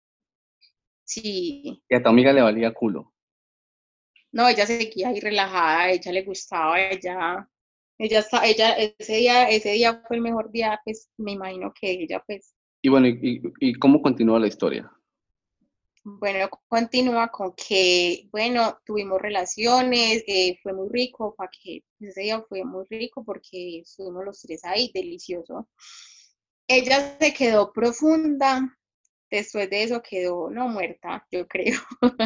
sí. y a tu amiga le valía culo. No, ella seguía ahí relajada, a ella le gustaba, ella, ella está, ella, ese día, ese día fue el mejor día, pues me imagino que ella, pues, Y bueno, ¿y, y, y cómo continúa la historia? bueno, continúa con que, bueno, tuvimos relaciones, eh, fue muy rico, para que ese día fue muy rico porque estuvimos los tres ahí, delicioso. Ella se quedó profunda, después de eso quedó, no muerta, yo creo.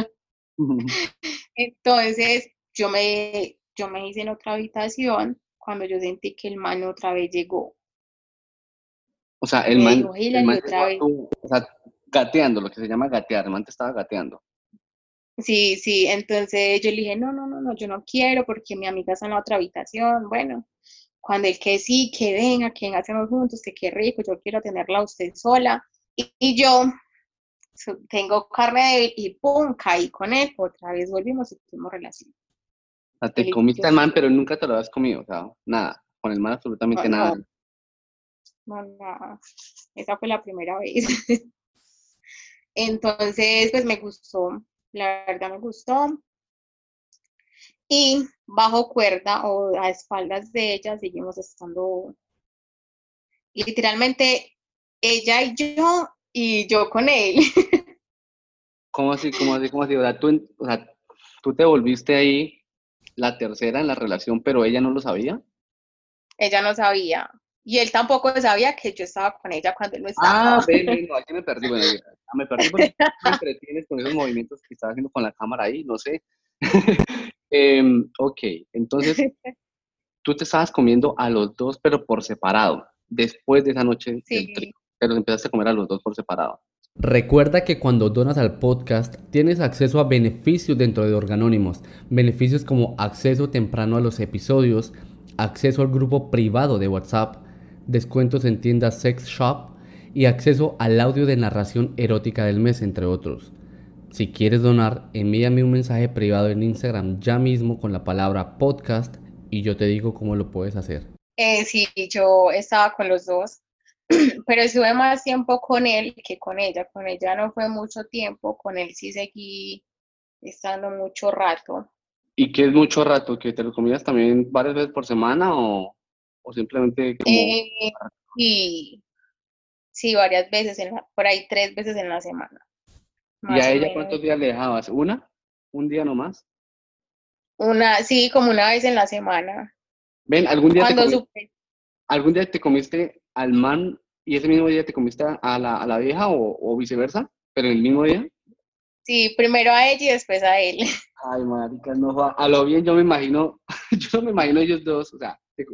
Entonces, yo me, yo me hice en otra habitación cuando yo sentí que el man otra vez llegó. O sea, el Me man, dijo, el Hilary, man llegó otra a vez. tu, o sea, gateando, lo que se llama gatear, el man te estaba gateando. Sí, sí, entonces yo le dije, no, no, no, no, yo no quiero porque mi amiga está en la otra habitación. Bueno, cuando él que sí, que venga, que venga, hacemos juntos, que qué rico, yo quiero tenerla a usted sola. Y, y yo so- tengo carne débil y pum, caí con él, otra vez volvimos y tuvimos relación. O sea, te comiste al man, Deliciosísimo. pero nunca te lo habías comido, o sea, nada, con el man No, absolutamente nada. no, no, no, esa fue la primera vez. Entonces, pues me gustó, la verdad me gustó. Y bajo cuerda o a espaldas de ella seguimos estando literalmente ella y yo y yo con él. ¿Cómo así, cómo así, cómo así? O sea, tú, en- o sea, tú te volviste ahí la tercera en la relación, pero ella no lo sabía. Ella no sabía. Y él tampoco sabía que yo estaba con ella cuando él no Ah, estaba. ven, ven, no, aquí me perdí. Bueno, ya, me perdí porque me entretienes con esos movimientos que estaba haciendo con la cámara ahí, no sé. Em, ok, entonces tú te estabas comiendo a los dos, pero por separado, después de esa noche del trío. Sí, Te los empezaste a comer a los dos por separado. Recuerda que cuando donas al podcast tienes acceso a beneficios dentro de Organónimos, beneficios como acceso temprano a los episodios, acceso al grupo privado de WhatsApp, descuentos en tiendas Sex Shop y acceso al audio de narración erótica del mes, entre otros. Si quieres donar, envíame un mensaje privado en Instagram ya mismo con la palabra podcast y yo te digo cómo lo puedes hacer. eh, sí, yo estaba con los dos, pero estuve más tiempo con él que con ella. Con ella no fue mucho tiempo, con él sí seguí estando mucho rato. ¿Y qué es mucho rato? ¿Que te lo comías también varias veces por semana o, o simplemente como... Eh, y sí, varias veces, en la- por ahí tres veces en la semana, ¿Y más a o ella menos. cuántos días le dejabas? ¿Una? ¿Un día nomás? Una, sí, como una vez en la semana. Ven, ¿algún día te Cuando comiste, supe, algún día te comiste al man y ese mismo día te comiste a la, a la vieja o, o viceversa? ¿Pero en el mismo día? sí, primero a ella y después a él. Ay, marica, no, joda. A lo bien yo me imagino, yo no me imagino ellos dos, o sea, te,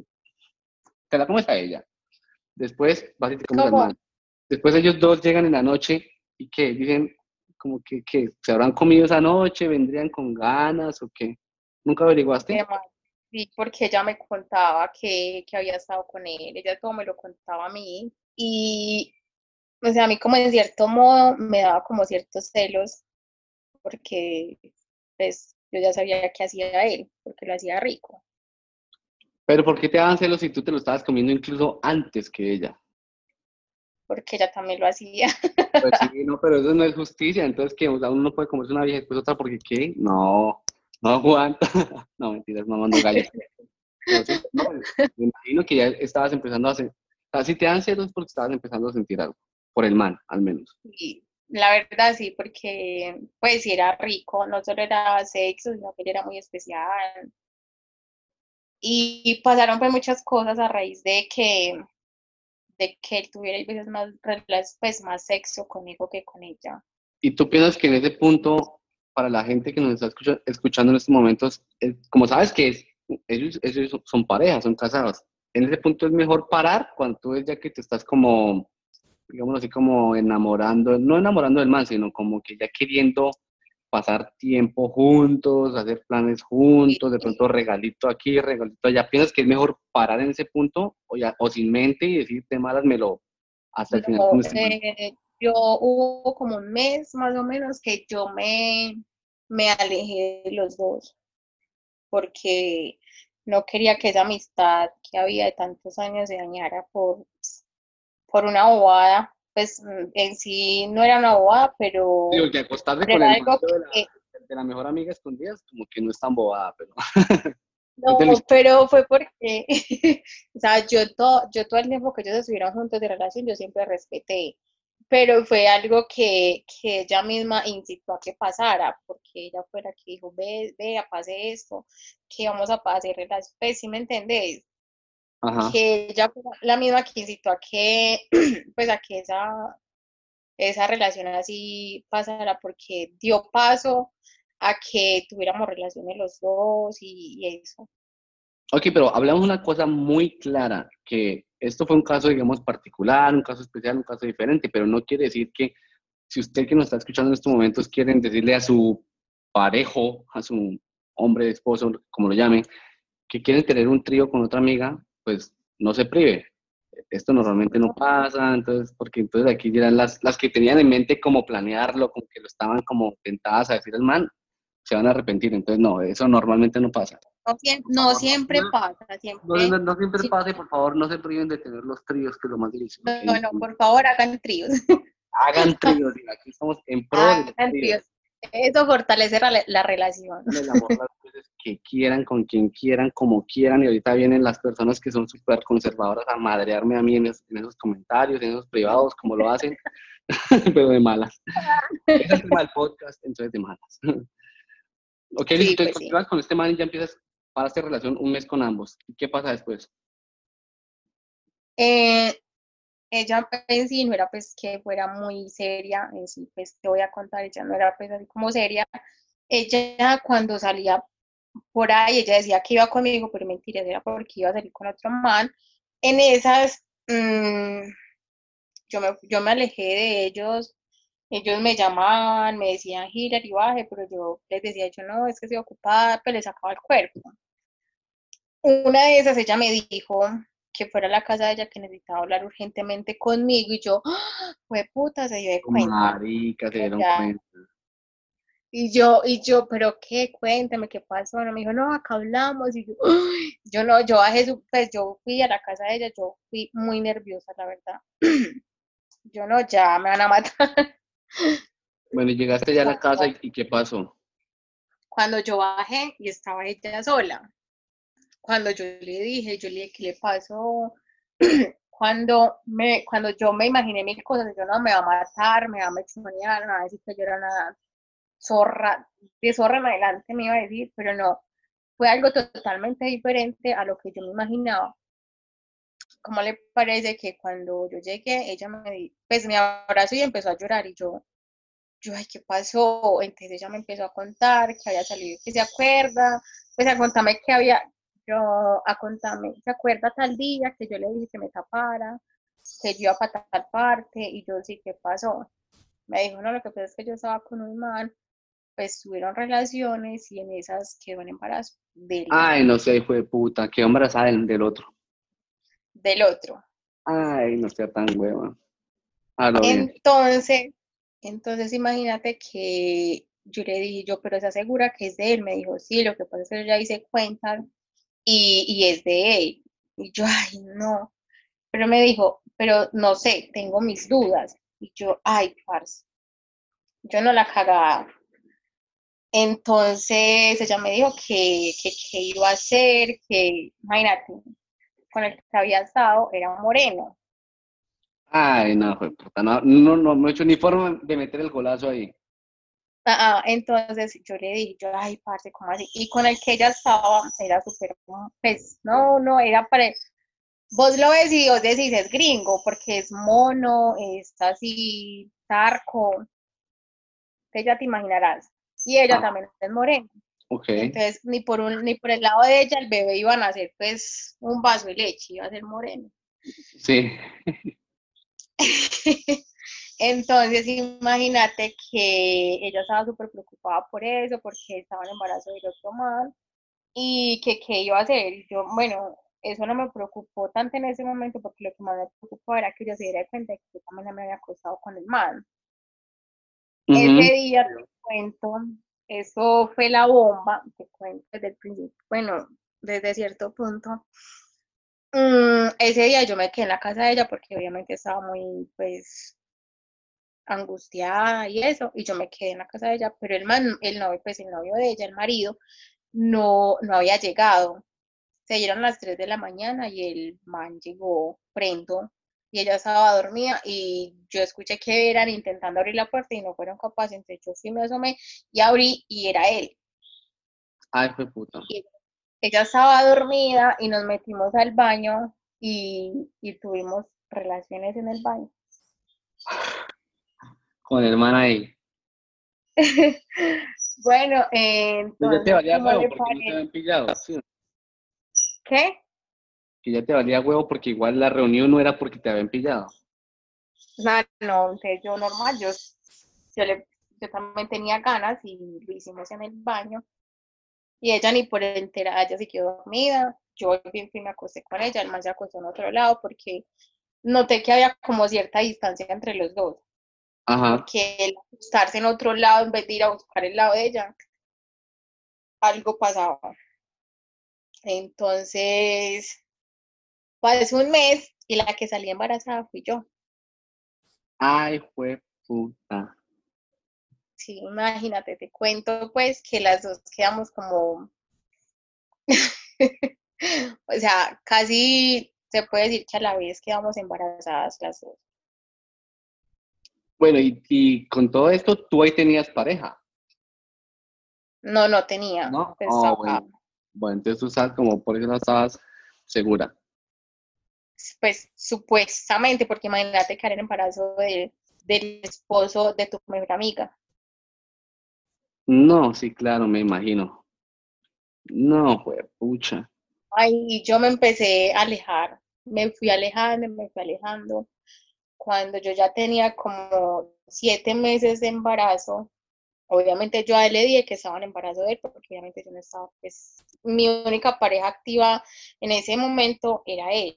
te la comes a ella, después vas y te comes al Como, man, después ellos dos llegan en la noche y que dicen como que, que se habrán comido esa noche, vendrían con ganas o qué, ¿nunca averiguaste? además, sí, porque ella me contaba que, que había estado con él, ella todo me lo contaba a mí. Y, o sea, a mí como en cierto modo me daba como ciertos celos, porque pues yo ya sabía que hacía él, porque lo hacía rico, Pero ¿por qué te daban celos si tú te lo estabas comiendo incluso antes que ella? porque ella también lo hacía. Pues sí, no, pero eso no es justicia, entonces que, o sea, uno no puede comerse una vieja y después otra porque ¿qué? No, no aguanta. No, mentiras, mamando gallo. Pero sí, no, me imagino que ya estabas empezando a hacer, o sea, si te dan celos es porque estabas empezando a sentir algo, por el man, al menos. Y la verdad sí, porque pues sí era rico, no solo era sexo, sino que él era muy especial. Y pasaron pues muchas cosas a raíz de que, de que él tuviera a veces más, rela- pues, más sexo conmigo que con ella. Y tú piensas que en ese punto, para la gente que nos está escucha- escuchando en estos momentos, eh, como sabes que es- ellos, ellos son parejas, son casados, en ese punto es mejor parar cuando tú ves ya que te estás como, digamos así, como enamorando, no enamorando del man, sino como que ya queriendo pasar tiempo juntos, hacer planes Y, juntos, de pronto regalito aquí, regalito allá. ¿Piensas que es mejor parar en ese punto o, ya, o sin mente y decir de malas me lo hasta el final con no, este man? eh, yo hubo como un mes más o menos que yo me, me alejé de los dos, porque no quería que esa amistad que había de tantos años se dañara por, por una bobada. Pues mm, en sí no era una bobada, Digo, pero, que acostarse pero con era el algo marido de la, que, de la mejor amiga escondidas, como que no es tan bobada, pero cuéntale no, pero fue porque, o sea, yo todo, yo todo el tiempo que ellos estuvieron juntos de relación, yo siempre respeté, pero fue algo que, que ella misma incitó a que pasara, porque ella fue la que dijo, ve, vea, pase esto, que vamos a hacer relación, pues, ¿sí me entendés? ajá. Que ella fue la misma que incitó a que, pues, a que esa, esa relación así pasara, porque dio paso a que tuviéramos relaciones los dos y, y eso. Ok, pero hablamos una cosa muy clara, que esto fue un caso, digamos, particular, un caso especial, un caso diferente, pero no quiere decir que si usted que nos está escuchando en estos momentos quieren decirle a su parejo, a su hombre, esposo, como lo llamen, que quieren tener un trío con otra amiga, pues no se prive. Esto normalmente no pasa, entonces, porque entonces aquí dirán las, las que tenían en mente como planearlo, como que lo estaban como tentadas a decir al man, se van a arrepentir. Entonces, no, eso normalmente no pasa. No, siem- Por no favor, no, siempre no, pasa, no, siempre, no- no siempre sí, pasa y por favor no se priven de tener los tríos, que es lo más delicioso no, que hay. no, por favor hagan tríos. hagan tríos, y aquí estamos en pro de los Hagan tríos. tríos. Eso fortalece la, la relación. El amor las veces que quieran, con quien quieran, como quieran, y ahorita vienen las personas que son súper conservadoras a madrearme a mí en, es- en esos comentarios, en esos privados, como lo hacen, pero de malas. Es el tema del podcast, entonces de malas. Ok, listo, Sí, entonces pues sí. continúas con este man y ya empiezas para esta relación un mes con ambos. ¿Y qué pasa después? Eh, ella en sí no era pues que fuera muy seria, en sí pues te voy a contar, ella no era pues así como seria. Ella cuando salía por ahí, ella decía que iba conmigo, pero mentira, era porque iba a salir con otro man. En esas, mmm, yo, me, yo me alejé de ellos, ellos me llamaban, me decían Hilary, baje, pero yo les decía, yo no, es que estoy ocupada, pero les sacaba el cuerpo. Una de esas, ella me dijo que fuera a la casa de ella, que necesitaba hablar urgentemente conmigo, y yo, ¡ah! Fue puta, se dio de cuenta. Marica, se dieron Ya. cuenta. Y yo, y yo, pero qué, cuéntame qué pasó. No, me dijo, no, acá hablamos. Y yo, ¡ay! Yo no, yo bajé, su, pues yo fui a la casa de ella, yo fui muy nerviosa, la verdad. Yo no, ya me van a matar. Bueno, y llegaste ya a la casa y, y ¿qué pasó? Cuando yo bajé y estaba ella sola, cuando yo le dije, yo le dije, ¿qué le pasó? Cuando, me, cuando yo me imaginé mil cosas, yo no, me va a matar, me va a mechonear, me va a decir que yo era una zorra, de zorra en adelante me iba a decir, pero no, fue algo totalmente diferente a lo que yo me imaginaba. ¿Cómo le parece que cuando yo llegué, ella me, pues me abrazó y empezó a llorar y yo, yo, ay, ¿qué pasó? Entonces ella me empezó a contar que había salido, que se acuerda, pues a contarme que había, yo, a contarme, ¿se acuerda tal día que yo le dije que me tapara, que yo iba para tal parte? Y yo, sí, ¿qué pasó? Me dijo, no, lo que pasa es que yo estaba con un man, pues tuvieron relaciones y en esas quedó en embarazo del, Ay, no sé, hijo de puta, quedó embarazada del, del otro. del otro. Ay, no sea tan hueva. Ah, lo bien. Entonces, entonces imagínate que yo le dije, yo, pero ¿se asegura que es de él? Me dijo, sí, lo que pasa es que yo ya hice cuentas y, y es de él. Y yo, ay, no. Pero me dijo, pero no sé, tengo mis dudas. Y yo, ay, parce, yo no la cagaba. Entonces ella me dijo que, que, que iba a hacer, que, imagínate, con el que había estado era moreno. Ay, no, hijo de puta, no, no, no, no he hecho ni forma de meter el golazo ahí. Ah, ah, entonces yo le dije, yo, ay, parce, ¿cómo así? Y con el que ella estaba, era súper, pues, no, no, era para, vos lo ves y vos decís, es gringo, porque es mono, es así, tarco, entonces ya te imaginarás. Y ella Ah, también es morena. ok. Entonces, ni por un, ni por el lado de ella, el bebé iba a nacer, pues, un vaso de leche, iba a ser moreno. Sí. Entonces, imagínate que ella estaba súper preocupada por eso, porque estaba en embarazo del otro man, y que qué iba a hacer. Y yo, bueno, eso no me preocupó tanto en ese momento, porque lo que más me preocupó era que yo se diera cuenta de que yo también me había acostado con el man. Ujú. Ese día te cuento, eso fue la bomba, te cuento desde el principio, bueno, desde cierto punto. Mm, ese día yo me quedé en la casa de ella porque obviamente estaba muy, pues, angustiada y eso, y yo me quedé en la casa de ella, pero el man, el novio, pues el novio de ella, el marido, no, no había llegado. Se dieron las tres de la mañana y el man llegó prendo y ella estaba dormida y yo escuché que eran intentando abrir la puerta y no fueron capaces, entonces yo sí me asomé y abrí y era él. Ay, hijo de puta. Y ella estaba dormida y nos metimos al baño y, y tuvimos relaciones en el baño. Con el man ahí. Bueno, eh, Pues ya te entonces, valía ¿cómo huevo le porque no te parece? habían pillado. Sí, ¿Qué? que ya te valía huevo porque igual la reunión no era porque te habían pillado. No, no, entonces yo normal, yo, yo, le, yo también tenía ganas y lo hicimos en el baño. Y ella ni por enterada, ella se quedó dormida. Yo bien fui, me acosté con ella, el man se acostó en otro lado porque noté que había como cierta distancia entre los dos. Ajá. Porque el acostarse en otro lado en vez de ir a buscar el lado de ella, algo pasaba. Entonces, pasó un mes y la que salí embarazada fui yo. Ay, fue puta. Sí, imagínate, te cuento pues que las dos quedamos como, o sea, casi se puede decir que a la vez quedamos embarazadas las dos. Bueno, y, y con todo esto, tú ahí tenías pareja, No, no tenía, ¿no? pues, Oh, ah, bueno. Bueno, entonces tú sabes como por eso no estabas segura. pues supuestamente, porque imagínate que era el embarazo de, del esposo de tu mejor amiga. No, sí, claro, me imagino. No, fue pucha. Ay, yo me empecé a alejar, me fui alejando, me fui alejando. Cuando yo ya tenía como siete meses de embarazo, obviamente yo a él le dije que estaba en embarazo de él, porque obviamente yo no estaba, pues, mi única pareja activa en ese momento era él.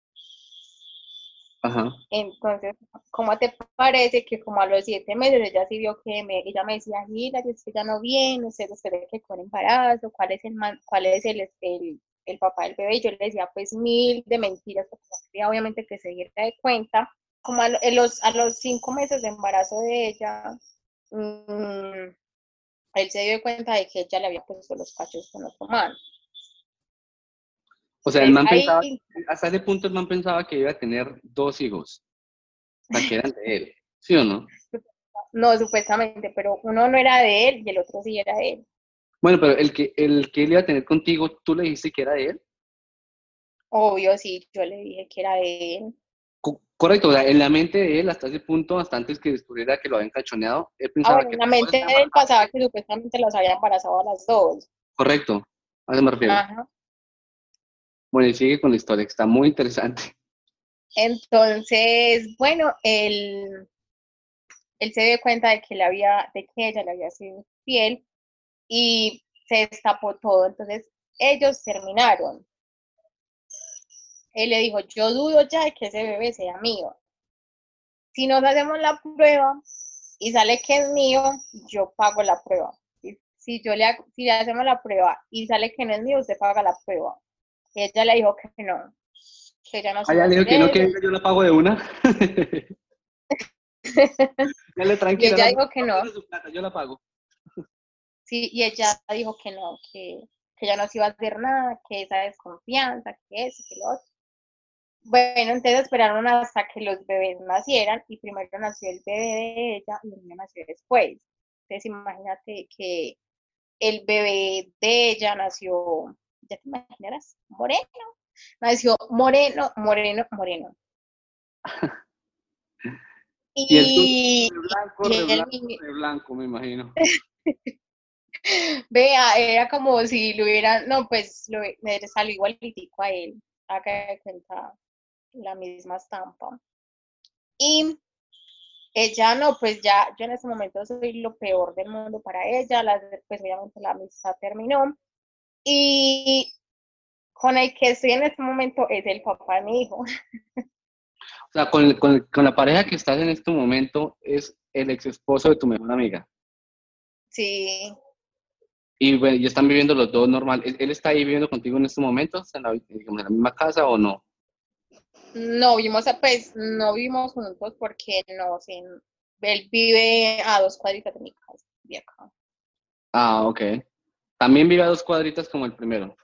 Ajá. Entonces, ¿cómo te parece que como a los siete meses ella sí vio que me, ella me decía, Hilary, es que ya no viene, usted espera que con embarazo, cuál es el man, cuál es el, el, el papá del bebé? Y yo le decía pues mil de mentiras, porque no quería obviamente que se diera de cuenta. Como a, lo- en los, a los cinco meses de embarazo de ella, mmm, él se dio cuenta de que ella le había puesto los cachos con otro man. O sea, el Entonces man pensaba, ahí, hasta ese punto el man pensaba que iba a tener dos hijos, o sea, que eran de él, ¿sí o no? no, supuestamente, pero uno no era de él y el otro sí era de él. Bueno, pero el que, el que él iba a tener contigo, ¿tú le dijiste que era de él? Obvio, sí, yo le dije que era de él. Co- correcto, o sea, en la mente de él, hasta ese punto, hasta antes que descubriera que lo habían cachoneado, él Ah, pensaba bueno, que en tu la esposa mente estaba de él embarazada. pasaba que supuestamente las había embarazado a las dos. Correcto, a eso me refiero. Ajá. Bueno, y sigue con la historia, que está muy interesante. Entonces, bueno, él, él se dio cuenta de que, le había, de que ella le había sido infiel y se destapó todo. Entonces, ellos terminaron. Él le dijo, yo dudo ya de que ese bebé sea mío. Si nos hacemos la prueba y sale que es mío, yo pago la prueba. Y si yo le hago, si le hacemos la prueba y sale que no es mío, usted paga la prueba. Y ella le dijo que no, que ella no Ah, se iba ya a le dijo hacer que no, que eso. venga, yo la pago de una. Dale, Y tranquila, ella no, dijo que no no. quiero su plata, yo la pago. Sí, y ella dijo que no, que, que ella no se iba a hacer nada, que esa desconfianza, que eso, que lo otro. Bueno, entonces esperaron hasta que los bebés nacieran y primero nació el bebé de ella y el mío nació después. Entonces imagínate que el bebé de ella nació, ya te imaginarás, moreno, nació moreno, moreno, moreno. Y el tuyo, Y, re blanco, y re el blanco, niño, re blanco, me imagino. vea, era como si lo hubieran, no, pues lo, le salió igualitico a él, haga de cuenta la misma estampa. Y ella no, pues ya, yo en ese momento soy lo peor del mundo para ella, la, pues obviamente la amistad terminó. Y con el que estoy en este momento es el papá de mi hijo. O sea, con, con, con la pareja que estás en este momento es el ex esposo de tu mejor amiga. Sí, Y bueno, ya están viviendo los dos normal. ¿Él él está ahí viviendo contigo en estos momentos, en la, digamos, en la misma casa o no? no vimos, pues, no vivimos juntos porque no, sí, él vive a dos cuadritas de mi casa, de acá. Ah, ok. También vive a dos cuadritas como el primero.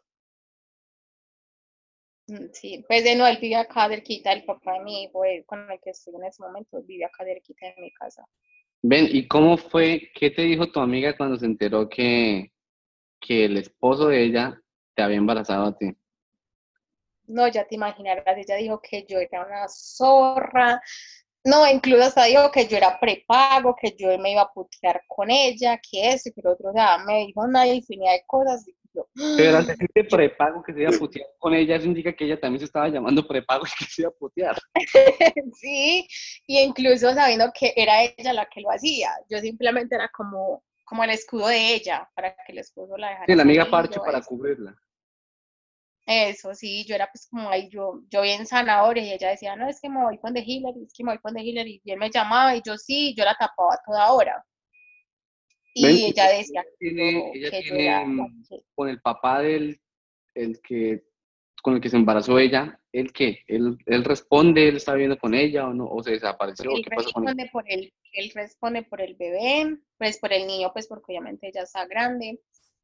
Mm, sí, pues de no, él vive acá cerquita, el papá de mi hijo, él, con el que estoy en ese momento, vive acá cerquita de mi casa. Ven, ¿y cómo fue, qué te dijo tu amiga cuando se enteró que, que el esposo de ella te había embarazado a ti? No, ya te imaginarás, ella dijo que yo era una zorra, no, incluso hasta dijo que yo era prepago, que yo me iba a putear con ella, que eso y que lo otro, o sea, me dijo una infinidad de cosas. Y yo, Pero al decirte yo, prepago que se iba a putear con ella, eso indica que ella también se estaba llamando prepago y que se iba a putear. sí, y incluso sabiendo que era ella la que lo hacía, yo simplemente era como, como el escudo de ella, para que el esposo la Sí, dejara la amiga salir parche o para eso. cubrirla. Eso, sí, yo era pues como ahí, yo, yo bien zanahoria y ella decía, no, es que me voy con de Hillary, es que me voy con de Hillary, y él me llamaba y yo sí, yo la tapaba a toda hora. Ven, Y y ella ella decía que tiene, yo, ella que yo era tiene la mm, que, con el papá del, el que, con el que se embarazó ella, ¿él qué? ¿Él, él responde, él está viviendo con ella o no? ¿O se desapareció? Él ¿Qué pasó con él? responde por el, él responde por el bebé, pues por el niño, pues porque obviamente ella está grande.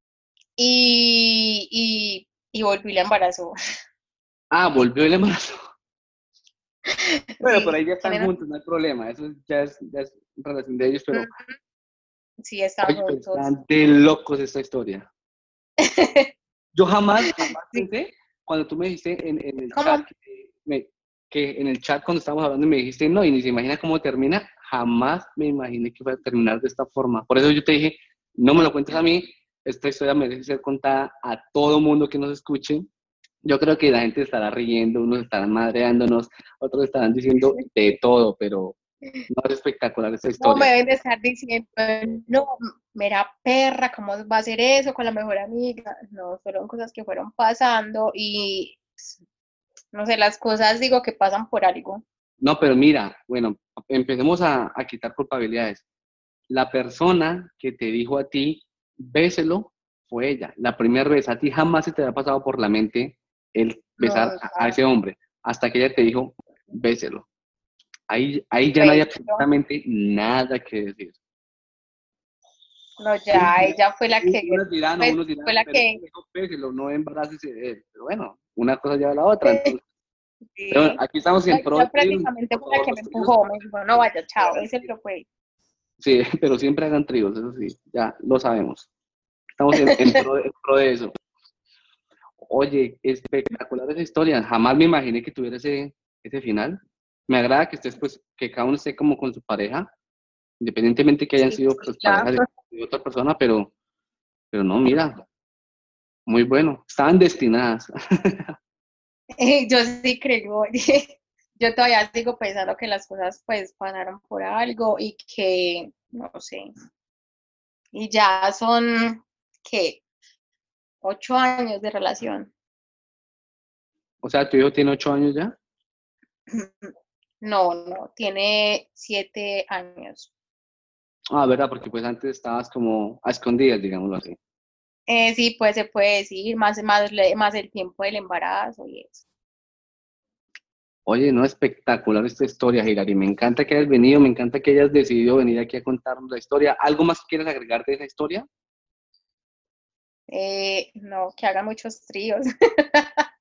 Y, y, y volvió y la embarazó. Ah, volvió el embarazo. Bueno, Sí, por ahí ya están tienen, juntos, no hay problema. Eso ya es, ya es relación de ellos, pero sí, están oye, pero juntos. están de locos esta historia. Yo jamás, jamás Sí, pensé, cuando tú me dijiste en, en el ¿cómo? chat, que, me- que en el chat cuando estábamos hablando me dijiste, no, y ni se imagina cómo termina, jamás me imaginé que iba a terminar de esta forma. Por eso yo te dije, no me lo cuentes a mí, esta historia merece ser contada a todo mundo que nos escuche. Yo creo que la gente estará riendo, unos estarán madreándonos, otros estarán diciendo de todo, pero no es espectacular esta No me historia. deben de estar diciendo, no, mera perra, ¿cómo va a hacer eso con la mejor amiga? No, fueron cosas que fueron pasando y, no sé, las cosas digo que pasan por algo. No, pero mira, bueno, empecemos a, a quitar culpabilidades. La persona que te dijo a ti, béselo, fue ella. La primera vez, a ti jamás se te había pasado por la mente el besar a, a Nunca. ese hombre, hasta que ella te dijo, béselo. Ahí, ahí ya no hay Fue ella. absolutamente nada que decir. No, Unos ya, dirán, ella fue la que, unos dirán o pues, unos dirán, fue la pero que, dijo, béselo, no embaraces de él. Pero bueno, una cosa lleva a la otra. Entonces, pero bueno, sí. aquí estamos No, en pro de ella tríos, prácticamente por fue la favor, que me los tríos. empujó, me dijo, no vaya, Siempre chao, hagan ese tríos. lo fue. Sí, pero siempre hagan tríos, eso sí, ya lo sabemos. Estamos en, en pro, de, en pro de eso. Oye, espectacular esa historia. Jamás me imaginé que tuviera ese, ese final. Me agrada que estés, pues, que cada uno esté como con su pareja, independientemente que hayan Sí, sido sí, pues, claro. parejas de, de otra persona, pero, pero no, mira, muy bueno. Estaban destinadas. Yo sí creo, yo todavía sigo pensando que las cosas pues pasaron por algo y que, no sé, y ya son, ¿qué? Ocho años de relación. O sea, tu hijo tiene ocho años ya. No, no, tiene siete años. Ah, verdad, porque pues antes estabas como a escondidas, digámoslo así. Eh, sí, pues se puede decir, más, más, le- más el tiempo del embarazo y eso. Oye, no, espectacular esta historia, Hilary. Me encanta que hayas venido, me encanta que hayas decidido venir aquí a contarnos la historia. ¿Algo más que quieres agregar de esa historia? Eh, no, que hagan muchos tríos.